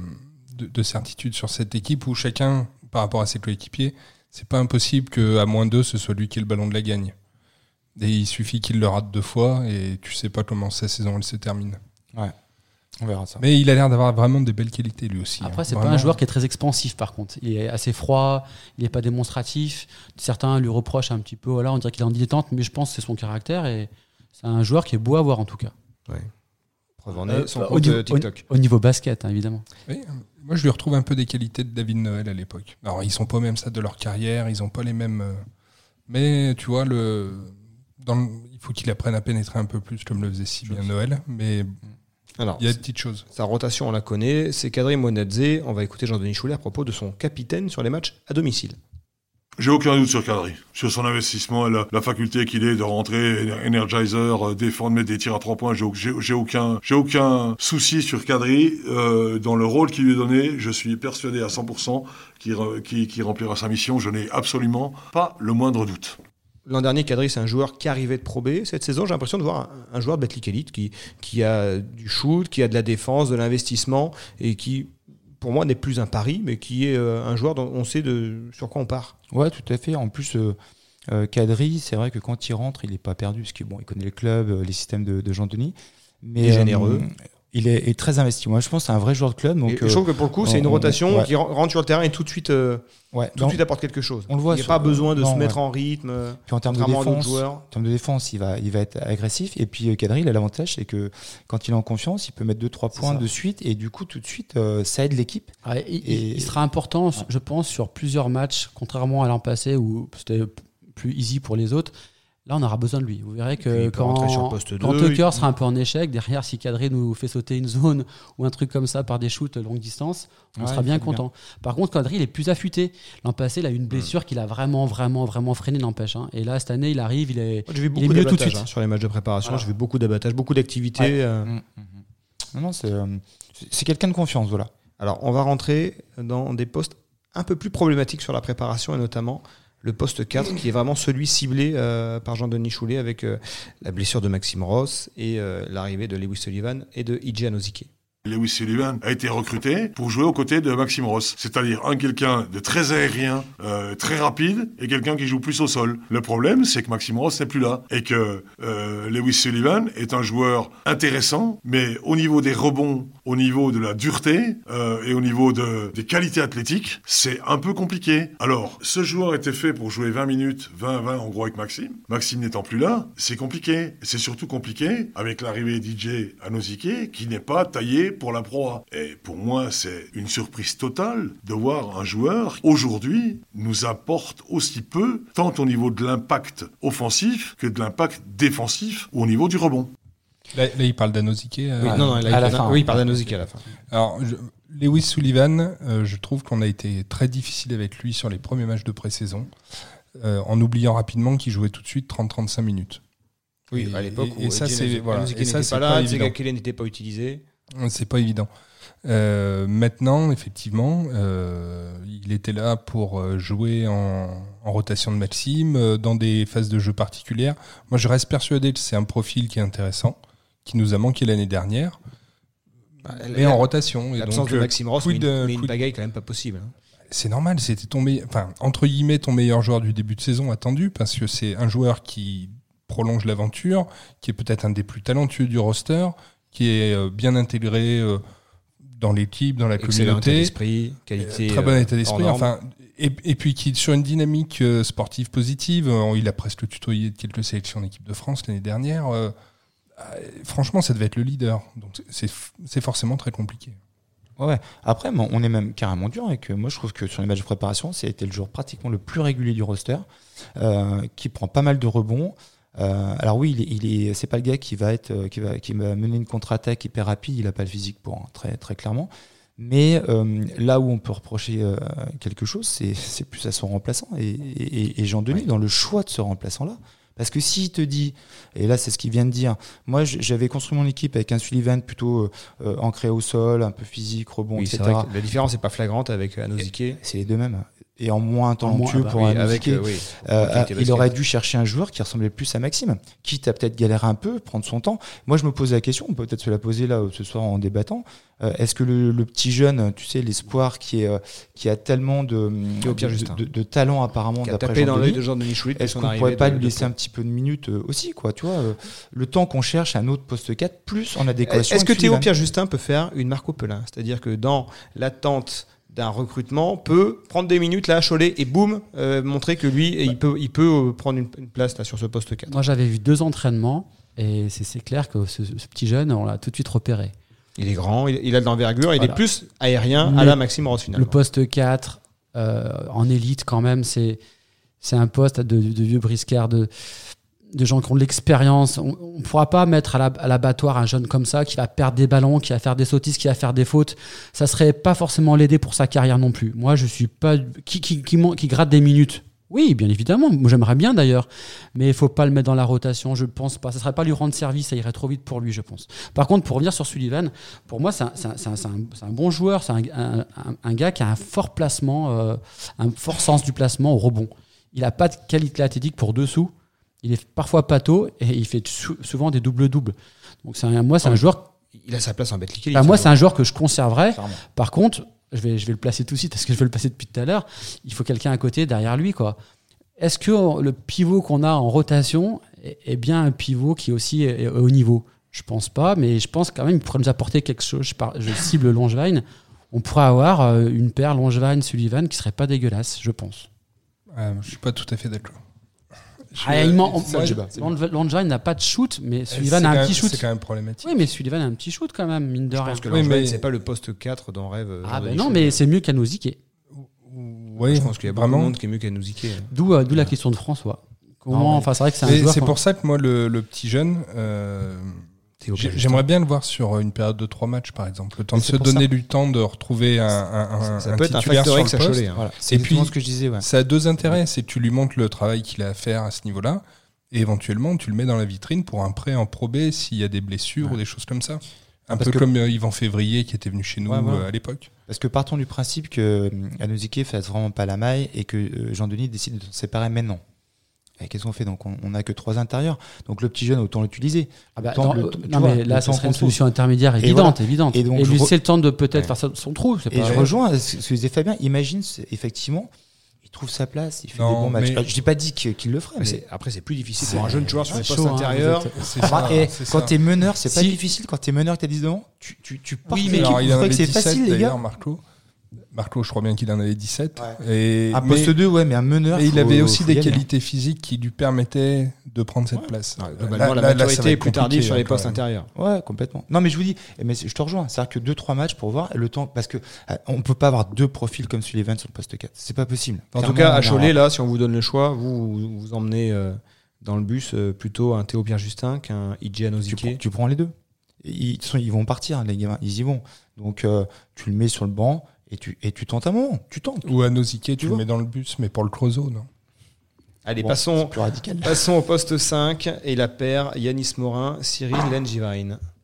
de certitudes sur cette équipe où chacun, par rapport à ses coéquipiers, c'est pas impossible qu'à -2, ce soit lui qui ait le ballon de la gagne. Et il suffit qu'il le rate 2 fois et tu sais pas comment sa saison elle se termine. Ouais, on verra ça. Mais il a l'air d'avoir vraiment des belles qualités lui aussi. Après, c'est vraiment. pas un joueur qui est très expansif par contre. Il est assez froid, il n'est pas démonstratif. Certains lui reprochent un petit peu, on dirait qu'il est en dilettante, mais je pense que c'est son caractère et c'est un joueur qui est beau à voir en tout cas. Ouais. Son compte TikTok. Au niveau basket, hein, évidemment. Oui, moi, je lui retrouve un peu des qualités de David Noël à l'époque. Alors, ils sont pas au même stade de leur carrière, ils ont pas les mêmes. Mais tu vois, il faut qu'il apprenne à pénétrer un peu plus, comme le faisait si bien Noël. Mais alors, il y a des petites choses. Sa rotation, on la connaît. C'est Kadri Monadze. On va écouter Jean-Denis Choulet à propos de son capitaine sur les matchs à domicile. J'ai aucun doute sur Kadri, sur son investissement, la faculté qu'il est de rentrer, energizer, défendre, mettre des tirs à 3 points. J'ai aucun souci sur Kadri. Dans le rôle qui lui est donné, je suis persuadé à 100% qu'il remplira sa mission. Je n'ai absolument pas le moindre doute. L'an dernier, Kadri, c'est un joueur qui arrivait de Pro B. Cette saison, j'ai l'impression de voir un joueur de Betclic Elite qui a du shoot, qui a de la défense, de l'investissement et qui, pour moi, n'est plus un pari, mais qui est un joueur dont on sait sur quoi on part. Ouais, tout à fait. En plus, Kadri, c'est vrai que quand il rentre, il n'est pas perdu, parce qu'il connaît le club, les systèmes de Jean-Denis. Mais, il est généreux. Il est très investi. Moi, je pense que c'est un vrai joueur de club. Donc, et je trouve que pour le coup, c'est une rotation qui rentre sur le terrain et tout de suite apporte quelque chose. On le voit. Il n'y a pas besoin de se mettre en rythme. Puis en termes de défense, il va être agressif. Et puis Kadri, il a l'avantage, c'est que quand il est en confiance, il peut mettre 2-3 points de suite. Et du coup, tout de suite, ça aide l'équipe. Il sera important, je pense, sur plusieurs matchs, contrairement à l'an passé où c'était plus easy pour les autres. Là, on aura besoin de lui. Vous verrez que quand Tucker sera un peu en échec, derrière, si Kadri nous fait sauter une zone ou un truc comme ça par des shoots longue distance, on sera bien content. Par contre, Kadri, il est plus affûté. L'an passé, il a eu une blessure qui l'a vraiment freiné, n'empêche. Hein. Et là, cette année, il arrive, il est mieux tout de suite. Sur les matchs de préparation, j'ai vu beaucoup d'abattage, beaucoup d'activités. Non, c'est quelqu'un de confiance, voilà. Alors, on va rentrer dans des postes un peu plus problématiques sur la préparation et notamment le poste 4 qui est vraiment celui ciblé par Jean-Denis Choulet avec la blessure de Maxime Ross et l'arrivée de Lewis Sullivan et de Ije Anozike. Lewis Sullivan a été recruté pour jouer aux côtés de Maxime Ross, c'est-à-dire quelqu'un de très aérien, très rapide, et quelqu'un qui joue plus au sol. Le problème, c'est que Maxime Ross n'est plus là, et que Lewis Sullivan est un joueur intéressant, mais au niveau des rebonds, au niveau de la dureté, et au niveau des qualités athlétiques, c'est un peu compliqué. Alors, ce joueur était fait pour jouer 20 minutes, 20 en gros avec Maxime. Maxime n'étant plus là, c'est compliqué. C'est surtout compliqué avec l'arrivée d'Ije Anozike, qui n'est pas taillé pour la Pro A. Et pour moi, c'est une surprise totale de voir un joueur, aujourd'hui, nous apporte aussi peu, tant au niveau de l'impact offensif que de l'impact défensif ou au niveau du rebond. Là il parle d'Anozike. À la fin. Oui, il parle d'Anozike à la fin. Alors, Lewis Sullivan, je trouve qu'on a été très difficile avec lui sur les premiers matchs de pré-saison, en oubliant rapidement qu'il jouait tout de suite 30-35 minutes. Oui, à l'époque où Anozike n'était pas là, Zekakele n'était pas utilisé. C'est pas évident. Maintenant, effectivement, il était là pour jouer en rotation de Maxime, dans des phases de jeu particulières. Moi, je reste persuadé que c'est un profil qui est intéressant, qui nous a manqué l'année dernière, mais en rotation. Et L'absence donc, de Maxime Ross, mais une quid- pagaille quand même pas possible. C'est normal, c'était entre guillemets ton meilleur joueur du début de saison attendu, parce que c'est un joueur qui prolonge l'aventure, qui est peut-être un des plus talentueux du roster, qui est bien intégré dans l'équipe, dans la Excellent état communauté, d'esprit, qualité. très bon état d'esprit, hors norme. et puis qui est sur une dynamique sportive positive. Il a presque tutoyé quelques sélections en équipe de France l'année dernière. Franchement, ça devait être le leader, donc c'est forcément très compliqué. Ouais. Après, on est même carrément dur avec. Moi, je trouve que sur les matchs de préparation, ça a été le joueur pratiquement le plus régulier du roster, qui prend pas mal de rebonds. Alors oui, c'est pas le gars qui va mener une contre-attaque hyper rapide. Il a pas le physique pour, hein, très très clairement. Mais là où on peut reprocher quelque chose, c'est plus à son remplaçant et Jean-Denis dans le choix de ce remplaçant-là. Parce que s'il te dit, et là c'est ce qu'il vient de dire, moi j'avais construit mon équipe avec un Sullivan plutôt ancré au sol, un peu physique, rebond, Oui, etc. c'est vrai que la différence n'est pas flagrante avec Anosike. C'est les deux mêmes. Et en moins talentueux pour Oui, un avec, Anosike. Il aurait dû chercher un joueur qui ressemblait plus à Maxime, quitte à peut-être galérer un peu, prendre son temps. Moi, je me pose la question, on peut peut-être se la poser là ce soir en débattant. Est-ce que le petit jeune, tu sais, l'espoir qui a tellement de talent apparemment, qui a d'après tapé dans l'œil de Jean-Denis, Jean-Denis Choulit, est-ce qu'on ne pourrait pas lui laisser un petit peu de minutes aussi, quoi, tu vois, le temps qu'on cherche un autre poste 4, plus en adéquation. Est-ce que avec Théo Sullivan. Pierre-Justin peut faire une Marco Pelin ? C'est-à-dire que dans l'attente d'un recrutement, peut prendre des minutes là à Cholet et boum, montrer que lui, il peut prendre une place là sur ce poste 4. Moi, j'avais vu 2 entraînements et c'est clair que ce petit jeune, on l'a tout de suite repéré. Il est grand, il a de l'envergure, il Voilà. est plus aérien Mais à la Maxime Ross finalement. Le poste 4, en élite quand même, c'est un poste de vieux briscards, de gens qui ont de l'expérience. On ne pourra pas mettre à l'abattoir un jeune comme ça qui va perdre des ballons, qui va faire des sottises, qui va faire des fautes. Ça serait pas forcément l'aider pour sa carrière non plus. Moi, je suis pas qui gratte des minutes. Oui, bien évidemment. Moi, j'aimerais bien d'ailleurs, mais il faut pas le mettre dans la rotation. Je pense pas. Ça serait pas lui rendre service. Ça irait trop vite pour lui, je pense. Par contre, pour revenir sur Sullivan, pour moi, c'est un bon joueur. C'est un gars qui a un fort placement, un fort sens du placement au rebond. Il a pas de qualité athlétique pour dessous. Il est parfois pâteau et il fait souvent des doubles-doubles. Donc c'est un joueur. Il a sa place en Betclic Elite. Moi, c'est un joueur que je conserverais. Clairement. Par contre, je vais le placer tout de suite parce que je vais le placer depuis tout à l'heure. Il faut quelqu'un à côté, derrière lui, quoi. Est-ce que le pivot qu'on a en rotation est bien un pivot qui aussi est au niveau ? Je pense pas, mais je pense quand même qu'il pourrait nous apporter quelque chose. Je cible Langevin. On pourrait avoir une paire Langevin-Sullivan qui serait pas dégueulasse, je pense. Je suis pas tout à fait d'accord. Langevin n'a pas de shoot, mais Sullivan a un petit shoot. C'est quand même problématique. Oui, mais Sullivan a un petit shoot quand même, mine de Je rien. pense que Oui, Langevin, mais- c'est pas le poste 4 dont rêve. Ah ben Jean-Denis non, Choulit. mais c'est mieux qu'Anosike. Oui, Je pense qu'il y a beaucoup de vraiment. monde qui est mieux qu'Anosike. D'où la question de François. Non, mais- Enfin, c'est vrai que c'est un Mais joueur. c'est pour ça que moi, le petit jeune, Théo Pierre-Justin. j'aimerais bien le voir sur une période de 3 matchs, par exemple. Le temps Mais de c'est se pour donner ça. du temps de retrouver un Ça peut être un titulaire facteur sur X le à poste. Cholet. hein. Voilà. C'est Et exactement puis- ce que je disais. Ouais. Ça a 2 intérêts, c'est que tu lui montres le travail qu'il a à faire à ce niveau-là, et éventuellement tu le mets dans la vitrine pour un prêt en Pro B s'il y a des blessures ou des choses comme ça. Un Parce peu que- comme Yvan Février qui était venu chez nous Ouais, voilà. à l'époque. Parce que partons du principe que Anosike fasse vraiment pas la maille et que Jean-Denis décide de se séparer maintenant. Et qu'est-ce qu'on fait donc on n'a que 3 intérieurs. Donc le petit jeune, autant l'utiliser. Ah bah, Tant attends, tu non, vois, mais là, le ça temps serait qu'on une solution intermédiaire Et évidente. Et donc, lui, je c'est le temps de peut-être Ouais. faire son trou. C'est Et pas... je rejoins ce que disait Fabien. Imagine, effectivement, il trouve sa place, il fait Non, des bons matchs. mais- Je n'ai pas dit qu'il le ferait. Mais Mais après, c'est plus difficile C'est- pour un jeune joueur sur les c'est postes chaud, hein, intérieurs. vous êtes- C'est Ah, ça, et c'est quand ça. tu es meneur, c'est pas Si- difficile. Quand tu es meneur et que tu as 19 ans, tu pars Oui, ton mais équipe. Alors, il Vous en trouvez avait que c'est 17 facile, les d'ailleurs, gars. Marco, je crois bien qu'il en avait 17. Ouais. Et, À mais- poste 2, ouais, mais un meneur. mais il faut- avait aussi faut des y aller. qualités physiques qui lui permettaient de prendre cette place. Globalement, la ça va maturité est être plus tardive compliqué, sur les hein, quand postes même. intérieurs. Ouais, complètement. Non, mais je vous dis, mais je te rejoins. C'est-à-dire que 2-3 matchs pour voir le temps, parce que on peut pas avoir 2 profils comme Sullivan sur le poste 4. C'est pas possible. En tout Clairement, cas, on à aura- Cholet, là, si on vous donne le choix, vous emmenez dans le bus plutôt un Théo Pierre-Justin qu'un Ije Anosike. tu prends les deux. De toute façon, ils vont partir, les gamins. Ils y vont. Donc, tu le mets sur le banc et tu tentes un moment. Tu tentes. Ou à Nausicaa, tu le vois. mets dans le bus, mais pour le Creusot, non. Allez, Bon, passons c'est plus radical. au poste 5 et la paire Yanis Morin, Cyril Lengivain.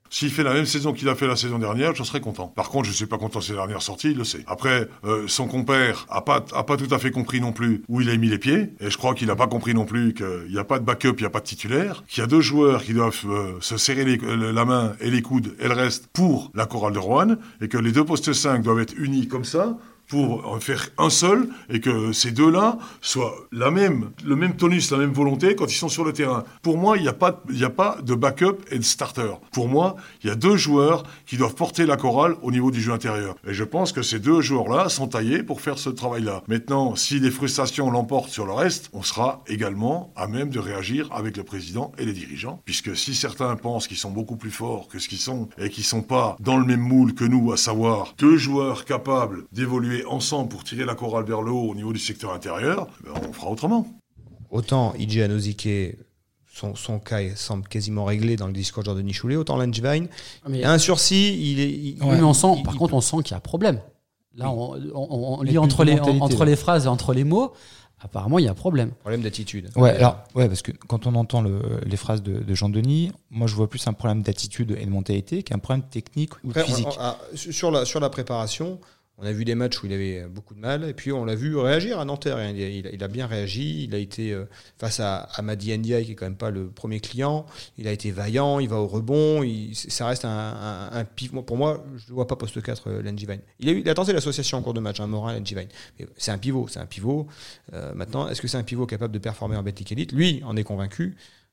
S'il fait la même saison qu'il a fait la saison dernière, je serais content. Par contre, je suis pas content de ses dernières sorties, il le sait. Après, son compère a pas tout à fait compris non plus où il a mis les pieds, et je crois qu'il a pas compris non plus qu'il n'y a pas de backup, il n'y a pas de titulaire, qu'il y a 2 joueurs qui doivent se serrer la main et les coudes et le reste pour la chorale de Roanne, et que les 2 postes 5 doivent être unis comme ça, pour en faire un seul, et que ces 2-là soient le même tonus, la même volonté quand ils sont sur le terrain. Pour moi, il n'y a pas de backup et de starter. Pour moi, il y a 2 joueurs qui doivent porter la chorale au niveau du jeu intérieur. Et je pense que ces 2 joueurs-là sont taillés pour faire ce travail-là. Maintenant, si les frustrations l'emportent sur le reste, on sera également à même de réagir avec le président et les dirigeants. Puisque si certains pensent qu'ils sont beaucoup plus forts que ce qu'ils sont, et qu'ils ne sont pas dans le même moule que nous, à savoir 2 joueurs capables d'évoluer ensemble pour tirer la chorale vers le haut au niveau du secteur intérieur, on fera autrement. Autant Ije Anozike, son cas semble quasiment réglé dans le discours de Denis Choulet, autant Langevin, il a un sursis, mais on sent, par contre, on sent qu'il y a problème. Là, on lit entre les phrases et entre les mots. Apparemment, il y a problème. Problème d'attitude. Parce que quand on entend les phrases de Jean-Denis, moi je vois plus un problème d'attitude et de mentalité qu'un problème technique ou physique. Sur la préparation, on a vu des matchs où il avait beaucoup de mal, et puis on l'a vu réagir à Nanterre. Il a bien réagi, il a été face à Madi Ndiaye, qui est quand même pas le premier client, il a été vaillant, il va au rebond, ça reste un pivot. Pour moi, je ne vois pas poste 4 Langevin. Il a tenté l'association en cours de match, Morin et Langevin. C'est un pivot. Maintenant, est-ce que c'est un pivot capable de performer en Betclic Elite ? Lui en est convaincu.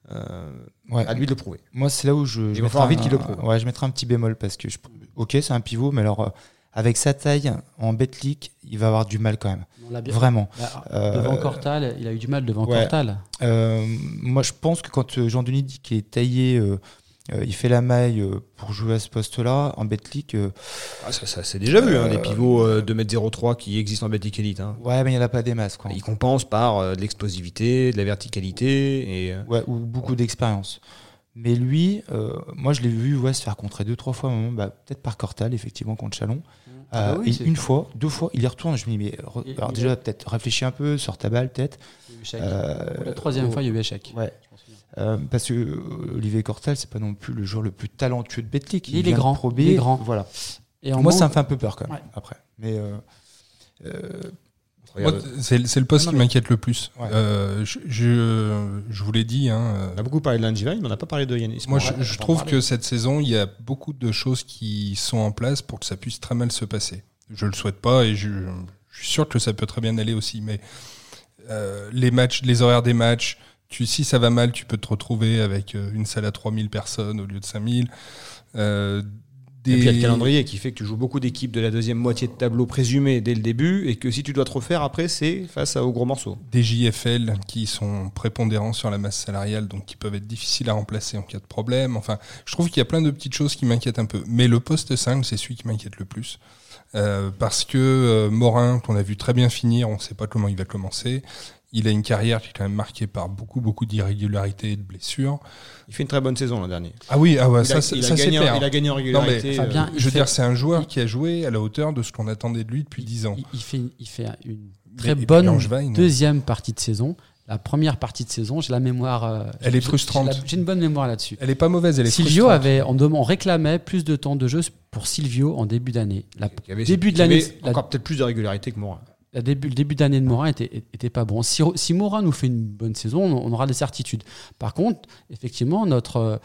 À lui de le prouver. Moi, c'est là où je va falloir vite qu'il le prouve. Je mettrai un petit bémol, parce que c'est un pivot, mais alors avec sa taille en Betclic, il va avoir du mal quand même. Vraiment. Devant Cortal, il a eu du mal devant Cortal. Moi, je pense que quand Jean-Denis dit qu'il est taillé, il fait la maille pour jouer à ce poste-là, en Betclic. Ça c'est déjà vu, des pivots 2m03 qui existent en Betclic Elite. Ouais, mais il n'y en a pas des masses, quoi. Il compense par de l'explosivité, de la verticalité. Ou beaucoup d'expérience. Mais lui, moi je l'ai vu se faire contrer 2-3 fois, peut-être par Cortal, effectivement, contre Chalon. Une fois, 2 fois, il y retourne. Je me dis, mais déjà, peut-être réfléchis un peu, sors ta balle, peut-être. La 3e fois, il y a eu échec. Ouais. Parce que Olivier Cortal, c'est pas non plus le joueur le plus talentueux de Betclic. Il est grand. Il est grand. Voilà. Et moi, ça me fait un peu peur quand même. Après. Mais moi, c'est le poste qui m'inquiète le plus. Je vous l'ai dit. On a beaucoup parlé de Langevin, mais on n'a pas parlé de Yanis. Moi, je trouve que cette saison, il y a beaucoup de choses qui sont en place pour que ça puisse très mal se passer. Je le souhaite pas, et je suis sûr que ça peut très bien aller aussi. Mais les matchs, les horaires des matchs, si ça va mal, tu peux te retrouver avec une salle à 3000 personnes au lieu de 5000. Et puis il y a le calendrier qui fait que tu joues beaucoup d'équipes de la deuxième moitié de tableau présumée dès le début, et que si tu dois te refaire après, c'est face aux gros morceaux. Des JFL qui sont prépondérants sur la masse salariale, donc qui peuvent être difficiles à remplacer en cas de problème. Enfin, je trouve qu'il y a plein de petites choses qui m'inquiètent un peu. Mais le poste 5, c'est celui qui m'inquiète le plus. Parce que Morin, qu'on a vu très bien finir, on ne sait pas comment il va commencer. Il a une carrière qui est quand même marquée par beaucoup d'irrégularités et de blessures. Il fait une très bonne saison l'an dernier. Ça c'est clair. Il a gagné en régularité. Fabien, je veux dire, c'est un joueur qui a joué à la hauteur de ce qu'on attendait de lui depuis 10 ans. Il fait une très bonne deuxième partie de saison. La première partie de saison, j'ai la mémoire. Elle est frustrante. J'ai une bonne mémoire là-dessus. Elle est pas mauvaise, elle est Silvio frustrante. on réclamait plus de temps de jeu pour Silvio en début d'année. Encore peut-être plus de régularité que Morin. Le début d'année de Morin était pas bon. Si Morin nous fait une bonne saison, on aura des certitudes. Par contre, effectivement, notre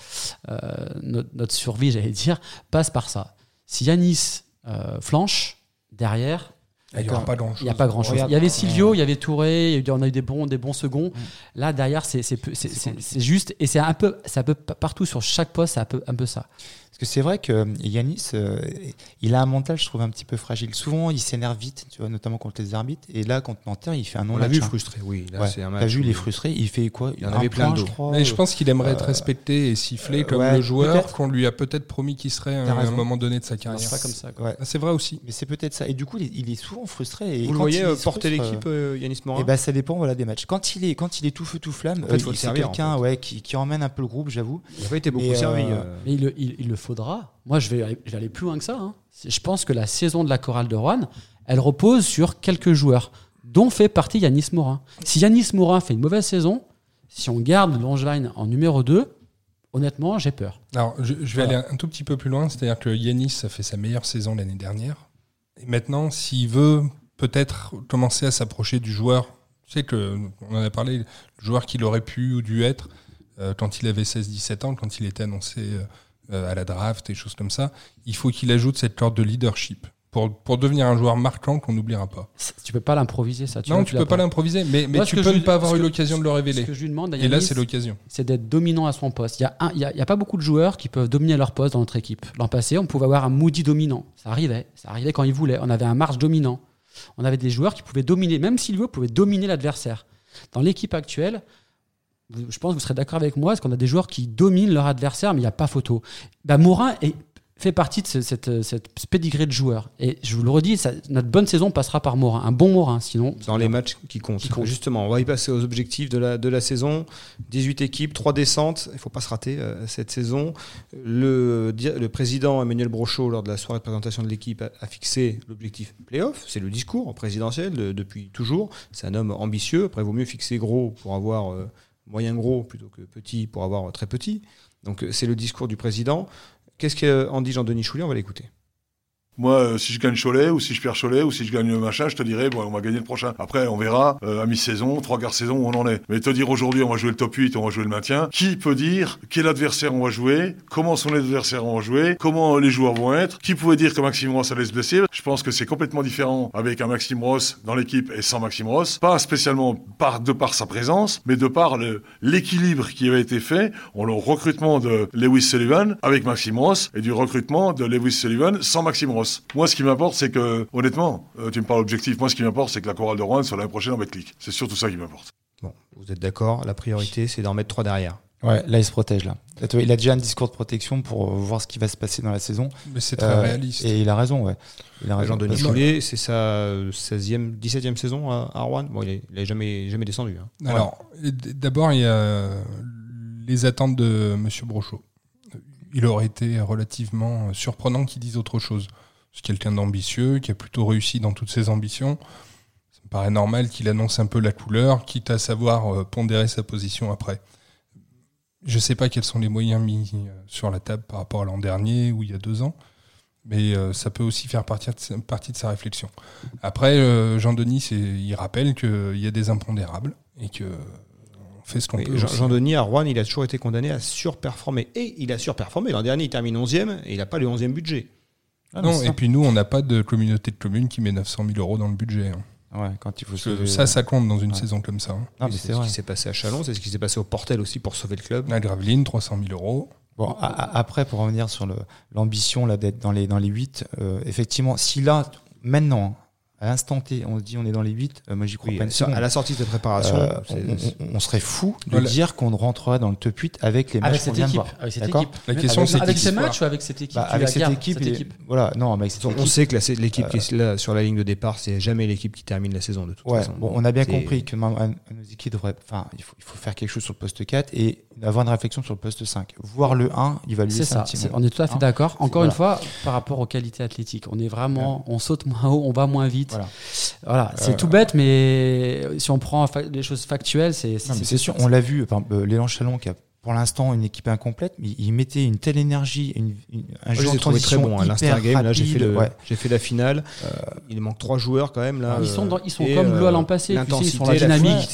survie, j'allais dire, passe par ça. Si Yanis flanche derrière, il n'y aura pas grand-chose. Il n'y a pas grand-chose. Il y avait Silvio, il y avait Touré, on a eu des bons seconds. Là, derrière, c'est juste, et c'est un peu partout sur chaque poste, c'est un peu ça. Parce que c'est vrai que Yanis, il a un mental, je trouve, un petit peu fragile. Souvent, il s'énerve vite, tu vois, notamment contre les arbitres. Et là, contre Nanterre, il fait un non-match. On l'a vu frustré, oui. Là, c'est un match. T'as vu, il est frustré. Il fait quoi ? Il en avait plein de dos. Mais je pense qu'il aimerait être respecté et sifflé comme le joueur qu'on lui a peut-être promis qu'il serait à un moment donné de sa carrière. C'est pas comme ça. Ouais. C'est vrai aussi. Mais c'est peut-être ça. Et du coup, il est souvent frustré. Et vous le voyez porter l'équipe, Yanis Morin ? Et ça dépend des matchs. Quand il est tout feu, tout flamme, c'est quelqu'un qui emmène un peu le groupe, j'avoue. Il n'a pas été beaucoup servi. Mais il le faudra. Moi, je vais aller plus loin que ça. Je pense que la saison de la chorale de Roanne, elle repose sur quelques joueurs, dont fait partie Yanis Morin. Si Yanis Morin fait une mauvaise saison, si on garde Langevin en numéro 2, honnêtement, j'ai peur. Alors, je vais aller un tout petit peu plus loin, c'est-à-dire que Yanis a fait sa meilleure saison l'année dernière. Et maintenant, s'il veut peut-être commencer à s'approcher du joueur, tu sais qu'on en a parlé, le joueur qu'il aurait pu ou dû être quand il avait 16-17 ans, quand il était annoncé à la draft et choses comme ça, il faut qu'il ajoute cette corde de leadership pour devenir un joueur marquant qu'on n'oubliera pas. Tu peux pas l'improviser, ça. Non, tu peux pas l'improviser, mais Moi, tu peux ne pas avoir eu l'occasion de le révéler. Ce que je lui demande à Et là, Yanis, c'est l'occasion. c'est d'être dominant à son poste. Il y a pas beaucoup de joueurs qui peuvent dominer leur poste dans notre équipe. L'an passé, on pouvait avoir un Moody dominant. Ça arrivait quand il voulait. On avait un Marsh dominant. On avait des joueurs qui pouvaient dominer, même Silvio pouvait dominer l'adversaire. Dans l'équipe actuelle, je pense que vous serez d'accord avec moi, parce qu'on a des joueurs qui dominent leur adversaire, mais il n'y a pas photo. Morin fait partie de cette pédigrée de joueurs. Et je vous le redis, notre bonne saison passera par Morin. Un bon Morin, sinon... Dans les matchs qui comptent. Justement, on va y passer aux objectifs de la saison. 18 équipes, 3 descentes. Il ne faut pas se rater cette saison. Le président Emmanuel Brochot, lors de la soirée de présentation de l'équipe, a fixé l'objectif play-off. C'est le discours présidentiel depuis toujours. C'est un homme ambitieux. Après, il vaut mieux fixer gros pour avoir moyen gros plutôt que petit pour avoir très petit. Donc, c'est le discours du président. Qu'est-ce qu'en dit Jean-Denis Choulier? On va l'écouter. Moi, si je gagne Cholet, ou si je perds Cholet, ou si je gagne machin, je te dirais, bon, on va gagner le prochain. Après, on verra, à mi-saison, 3 quarts saison, où on en est. Mais te dire aujourd'hui, on va jouer le top 8, on va jouer le maintien, qui peut dire quel adversaire on va jouer, comment sont les adversaires on va jouer, comment les joueurs vont être, qui pouvait dire que Maxime Ross allait se blesser? Je pense que c'est complètement différent avec un Maxime Ross dans l'équipe et sans Maxime Ross. Pas spécialement de par sa présence, mais de par l'équilibre qui avait été fait, le recrutement de Lewis Sullivan avec Maxime Ross et du recrutement de Lewis Sullivan sans Maxime Ross. Moi, ce qui m'importe, c'est que, honnêtement, tu me parles objectif, moi, ce qui m'importe, c'est que la chorale de Rouen soit l'année prochaine en Betclic. C'est surtout ça qui m'importe. Bon, vous êtes d'accord, la priorité, c'est d'en mettre 3 derrière. Ouais, là, il se protège, là. Il a déjà un discours de protection pour voir ce qui va se passer dans la saison. Mais c'est très réaliste. Et il a raison, ouais. Jean-Denis Choulier, c'est sa 17e saison à Rouen. Bon, il n'a jamais descendu. Hein. Alors, d'abord, il y a les attentes de M. Brochot. Il aurait été relativement surprenant qu'il dise autre chose. C'est quelqu'un d'ambitieux, qui a plutôt réussi dans toutes ses ambitions. Ça me paraît normal qu'il annonce un peu la couleur, quitte à savoir pondérer sa position après. Je ne sais pas quels sont les moyens mis sur la table par rapport à l'an dernier ou il y a 2 ans, mais ça peut aussi faire partie de sa réflexion. Après, Jean-Denis, il rappelle qu'il y a des impondérables et que... fait ce qu'on peut. Jean-Denis à Rouen, il a toujours été condamné à surperformer. Et il a surperformé. L'an dernier, il termine 11e et il n'a pas le 11e budget. Non, et puis nous, on n'a pas de communauté de communes qui met 900 000 euros dans le budget. Hein. Ouais, quand il faut ça compte dans une saison comme ça. Hein. Non, mais c'est ce qui s'est passé à Chalon, c'est ce qui s'est passé au Portel aussi pour sauver le club. À Gravelines, 300 000 euros. Bon, après, pour revenir sur l'ambition là, d'être dans les 8, effectivement, si là, maintenant, à l'instant T, on se dit on est dans les 8, moi j'y crois pas une seconde. À la sortie de cette préparation, on serait fou de dire qu'on rentrerait dans le top 8 avec les matchs qu'on vient de voir. Avec cette équipe. La question, c'est avec ces matchs ou avec cette équipe avec cette équipe. Voilà, non, avec cette équipe. On sait que l'équipe qui est là sur la ligne de départ, c'est jamais l'équipe qui termine la saison de toute façon. Bon, on a bien compris que nos équipes devraient. Enfin, il faut faire quelque chose sur le poste 4 et avoir une réflexion sur le poste 5. Voir le 1, il va lui laisser un petit moment. On est tout à fait d'accord. Encore une fois, par rapport aux qualités athlétiques, on est vraiment, on saute moins haut, on va moins vite. Voilà, c'est tout bête, mais si on prend des choses factuelles, c'est sûr. On l'a vu, l'élan Chalon qui a pour l'instant une équipe incomplète, mais il mettait une telle énergie, un jeu de transition très bon. À l'Instar Game, là, j'ai fait la finale. Il manque 3 joueurs quand même là. Ils sont comme l'eau à l'an passé. Ils sont la dynamique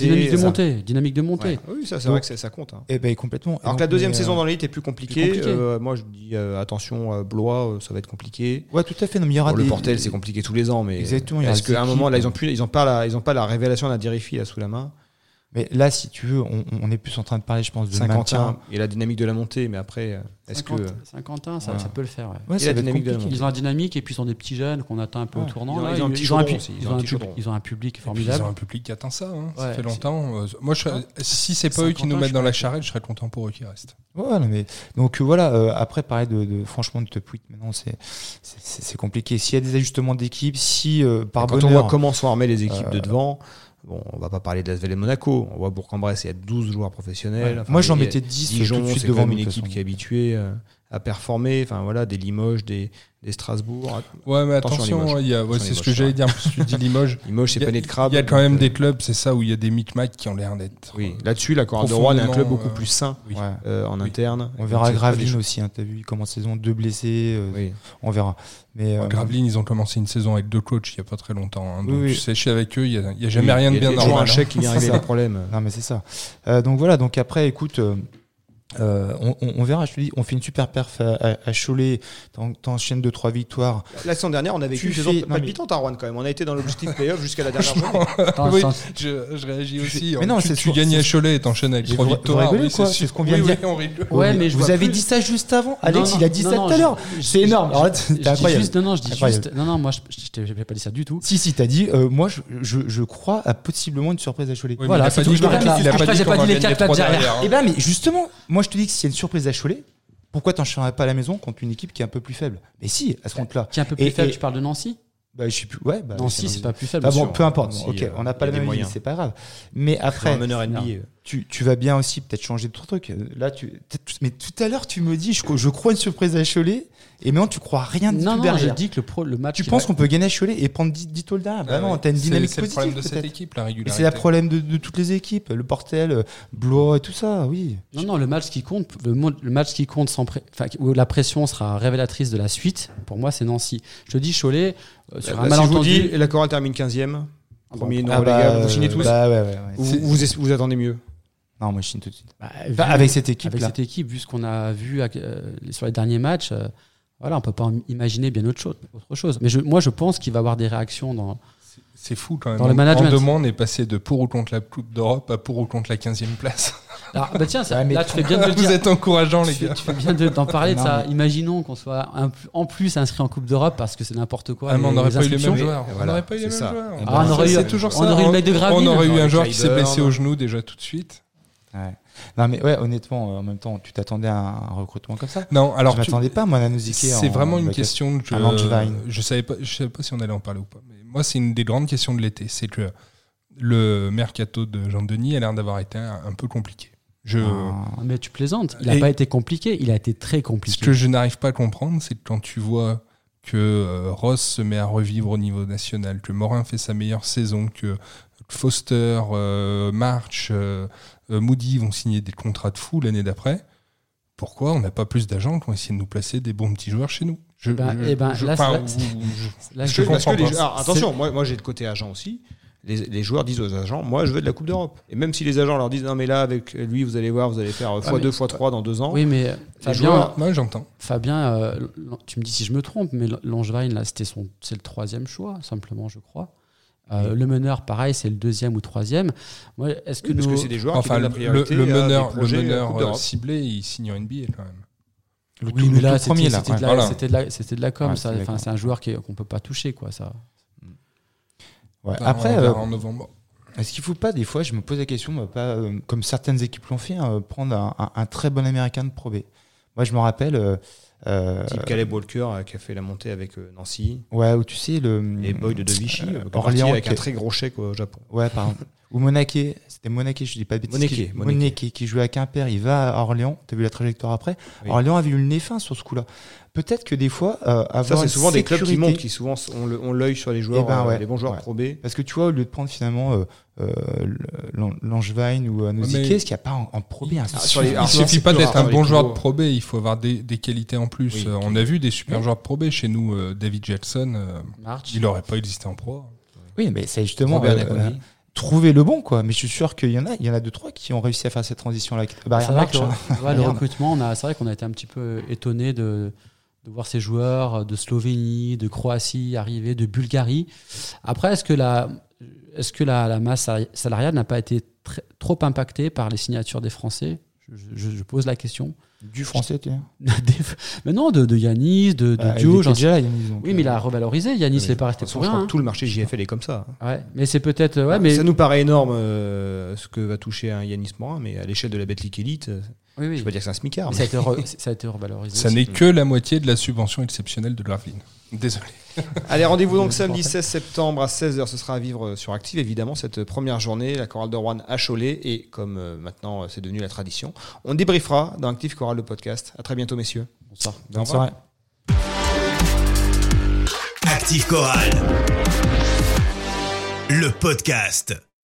de montée. Oui, ça c'est vrai que ça compte. Et ben complètement. Alors que la deuxième saison dans l'élite est plus compliquée. Moi je dis attention, Blois, ça va être compliqué. Ouais, tout à fait. Le Portel c'est compliqué tous les ans, mais exactement. Est-ce qu'à un moment là ils ont pas la révélation d'un Dirifi là sous la main? Mais là, si tu veux, on est plus en train de parler, je pense, de Saint-Quentin et la dynamique de la montée. Mais après, est-ce que Saint-Quentin, ça peut le faire. Ouais, la dynamique de la montée. Ils ont la dynamique et puis ils ont des petits jeunes qu'on attend un peu au tournant. Ils ont un petit chaudron aussi. Ils ont un public formidable. Ils ont un public qui atteint ça. Ça fait longtemps. Moi, si c'est pas eux qui nous mettent dans la charrette, je serais content pour eux qui restent. Ouais, mais donc voilà. Après, parler franchement de top 8, maintenant, c'est compliqué. S'il y a des ajustements d'équipe, par bonheur, quand on voit comment sont armées les équipes de devant. Bon, on va pas parler de l'Asvel et de Monaco. On voit Bourg-en-Bresse, il y a 12 joueurs professionnels. Moi, j'en mettais 10 Dijon, tout de suite c'est devant une équipe qui est habituée à performer. Enfin voilà, des Limoges, des Strasbourg. Ouais, mais Attention, attention, Limoges. c'est ce que j'allais dire. Parce que tu dis Limoges. Limoges, c'est Il y a- panier de crabe. Il y a quand même donc, des clubs, c'est ça, où il y a des micmacs qui ont l'air d'être. Oui, là-dessus, la Chorale de Rouen est un club beaucoup profondément, plus sain oui. Ouais. en Oui. interne. On verra Donc, c'est pas des Gravelines choses- aussi. Hein, t'as vu, il commence saison 2 blessés. Oui. On verra. Mais Gravelines, ils ont commencé une saison avec 2 coachs il n'y a pas très longtemps. Hein, donc Oui, oui. tu sais, je suis avec eux, il n'y a jamais rien de bien Il y a toujours normal. un chèque qui vient C'est régler ça. les problèmes. non, mais c'est ça. Donc voilà. Donc après, écoute. On verra, je te dis, on fait une super perf à Cholet, t'enchaînes 2-3 victoires. La saison dernière, on avait vécu Tu une saison fais- non, palpitante à Rouen quand même. On a été dans l'objectif playoff jusqu'à la dernière journée. Attends, Oui, attends, je réagis aussi. Mais non, tu c'est gagnes à c'est- Cholet et t'enchaînes avec Mais 3 vous victoires. rigolez, oui, quoi, sûr. c'est ce qu'on vient de dire. on rigole. Ouais, mais je vous vois avez plus- dit ça juste avant. Alex, Non, il a dit non, ça non, tout à l'heure. je- C'est énorme. Alors là, je c'est dis incroyable. juste, non, je dis Incroyable. juste, non, moi, je t'avais pas dit ça du tout. Si, t'as dit, moi, je crois à possiblement une surprise à Cholet. Oui, mais Voilà, il a c'est pas tout, dit je m'arrête qu'on- là. il a Après, pas dit j'ai qu'on pas en dit les gagnait quatre 3 derrière. derrière. Eh ben, mais justement, moi, je te dis que s'il y a une surprise à Cholet, pourquoi t'enchaînerais pas à la maison contre une équipe qui est un peu plus faible? Mais si, à ce compte-là. Qui est un peu plus Et- faible, et- tu parles de Nancy Bah, je sais plus. Ouais, bah, Nancy, c'est pas plus faible. Ah bien bon, sûr. peu importe. Si, Ok, on n'a pas il y a la des même idée, moyens. c'est pas grave. Mais Après, après, un meneur NBA. tu vas bien aussi peut-être changer de truc. Là, mais tout à l'heure, tu me dis, je crois une surprise à Cholet, et maintenant, tu crois rien du Non, tout non, j'ai derrière. dit que le match. Tu qui penses va- qu'on peut gagner à Cholet et prendre 10 tôles derrière? Bah non, t'as une dynamique C'est le positive. problème de cette peut-être. équipe, la Et régularité. c'est le problème de toutes les équipes. Le Portel, Blois et tout ça, oui. Non, non, le match qui compte, le match qui compte où la pression sera révélatrice de la suite, pour moi, c'est Nancy. Je te dis, Cholet, sur un Si je vous malentendu. dis, la Chorale termine 15e. Premier non Ah bah, relégable. Vous signez tous Bah ouais, ouais, ouais. Ou vous attendez mieux? Non, moi, je signe tout de suite. Bah, Enfin, avec cette avec équipe-là. cette équipe, vu ce qu'on a vu sur les derniers matchs, voilà, on peut pas imaginer bien autre chose. Mais moi, je pense qu'il va y avoir des réactions dans. C'est fou quand même. Dans le management. En 2 mois, on est passé de pour ou contre la Coupe d'Europe à pour ou contre la 15e place. Ah, bah tiens, Ouais, mais là, tu fais bien de le Vous dire. êtes encourageants, les Tu gars. fais bien d'en parler de Non, ça. mais- Imaginons qu'on soit en plus inscrit en Coupe d'Europe parce que c'est n'importe quoi. Ah, mais on n'aurait pas eu les inscriptions. mêmes joueurs. On Voilà, n'aurait pas eu les c'est mêmes ça. joueurs. Ah, on aurait eu- C'est toujours on ça. aurait eu le mec de Gravelines. On aurait eu un Avec joueur qui s'est Clyburn. blessé au genou déjà tout de suite. Ouais. Non, mais ouais, honnêtement, en même temps, tu t'attendais à un recrutement comme ça? Non, alors Je m'attendais pas, moi, à Nanosike. c'est vraiment une question. à Langevin. Je savais pas si on allait en parler ou pas. Mais moi, c'est une des grandes questions de l'été. C'est que le mercato de Jean-Denis a l'air d'avoir été un peu compliqué. Ah, mais tu plaisantes. Il n'a Et- pas été compliqué. Il a été très Ce compliqué. que je n'arrive pas à comprendre, c'est que quand tu vois que Ross se met à revivre au niveau national, que Morin fait sa meilleure saison, que Foster, March, Moody vont signer des contrats de fou l'année d'après, pourquoi on n'a pas plus d'agents qui ont essayé de nous placer des bons petits joueurs chez nous? Là, enfin, c'est là- ou- Là, je je- comprends Parce que les pas. joueurs- alors, attention, moi j'ai le côté agent aussi. Les joueurs disent aux agents, moi je veux de la Coupe d'Europe. Et même si les agents leur disent, non mais là avec lui vous allez voir, vous allez faire x2, x3 dans 2 ans. Oui, mais Les Fabien, joueurs- Ouais, j'entends. tu me dis si je me trompe, mais Langevin, là, c'est le 3e choix, simplement, je crois. Le meneur, pareil, c'est le 2e ou 3e. Moi, est-ce que Parce nos- que c'est des joueurs qui Enfin, donnent la le priorité meneur, à des le projets meneur Coupe d'Europe. ciblé, il signe en NBA quand même. Le Oui, mais là, tout premier, là. c'était de ouais. la- Voilà. c'était de la com. Ouais, ça. c'est Enfin, d'accord. c'est un joueur qu'on peut pas toucher, quoi. Ça. Ouais. On Après, verra en novembre. est-ce qu'il faut pas, des fois, je me pose la question, pas, comme certaines équipes l'ont fait, prendre un très bon américain de Pro B. Moi, je me rappelle. Type Caleb Walker qui a fait la montée avec Nancy. Ouais, où tu sais, Et Boyd de Vichy, qui est parti Orléans, avec un qui- très gros chèque au Japon. Ouais, pardon. Ou Monaquet, c'était Monaquet, je dis pas de bêtises. Monaquet, Monaquet, qui jouait à Quimper, il va à Orléans. T'as vu la trajectoire après? Oui. Orléans avait eu le nez fin sur ce coup-là. Peut-être que des fois, avoir Ça, c'est une souvent des clubs qui sécurité- montent, qui souvent ont l'œil sur les joueurs, Eh ben ouais, les bons joueurs ouais. Pro B. Parce que tu vois, au lieu de prendre finalement Langevin ou Nanosike, Mais- est-ce qu'il n'y a pas en Pro B un sur les- Il alors, suffit c'est pas plus d'être rare, un les bon plus joueur gros. de Pro B, il faut avoir des qualités en plus. Oui, On a vu des super joueurs de Pro B chez nous. David Jackson, March. il n'aurait pas existé en Pro. Oui, mais c'est justement Robert Nacondi. trouver le bon, quoi. Mais je suis sûr qu'il y en a 2-3 qui ont réussi à faire cette transition-là. Bah, C'est vrai March, que hein. le Regarde. recrutement, c'est vrai qu'on a été un petit peu étonné de voir ces joueurs de Slovénie, de Croatie arriver, de Bulgarie. Après, est-ce que la masse salariale n'a pas été trop impactée par les signatures des Français? Je pose la question. Du français, tu vois. Mais non, de Yanis, de Bah, Dio. il était déjà là, Yanis, donc, Oui, mais il a revalorisé. Yanis n'est pas resté De toute pour façon, je rien. crois hein. que tout le marché JFL est comme ça. Ouais, mais c'est peut-être. Ouais, mais Ça nous paraît énorme ce que va toucher un Yanis Morin, mais à l'échelle de la Betclic Elite, oui, je oui. vais pas dire que c'est un smicard. Mais mais- ça a été revalorisé. Ça aussi. n'est que la moitié de la subvention exceptionnelle de Gravelines. Désolé. Allez, rendez-vous donc samedi 16 septembre à 16h. Ce sera à vivre sur Active, évidemment, cette première journée. La chorale de Rouen à Cholet. Et comme maintenant c'est devenu la tradition, on débriefera dans Active Chorale, le podcast. À très bientôt, messieurs. Bonsoir. Bonne soirée. Active Chorale, le podcast.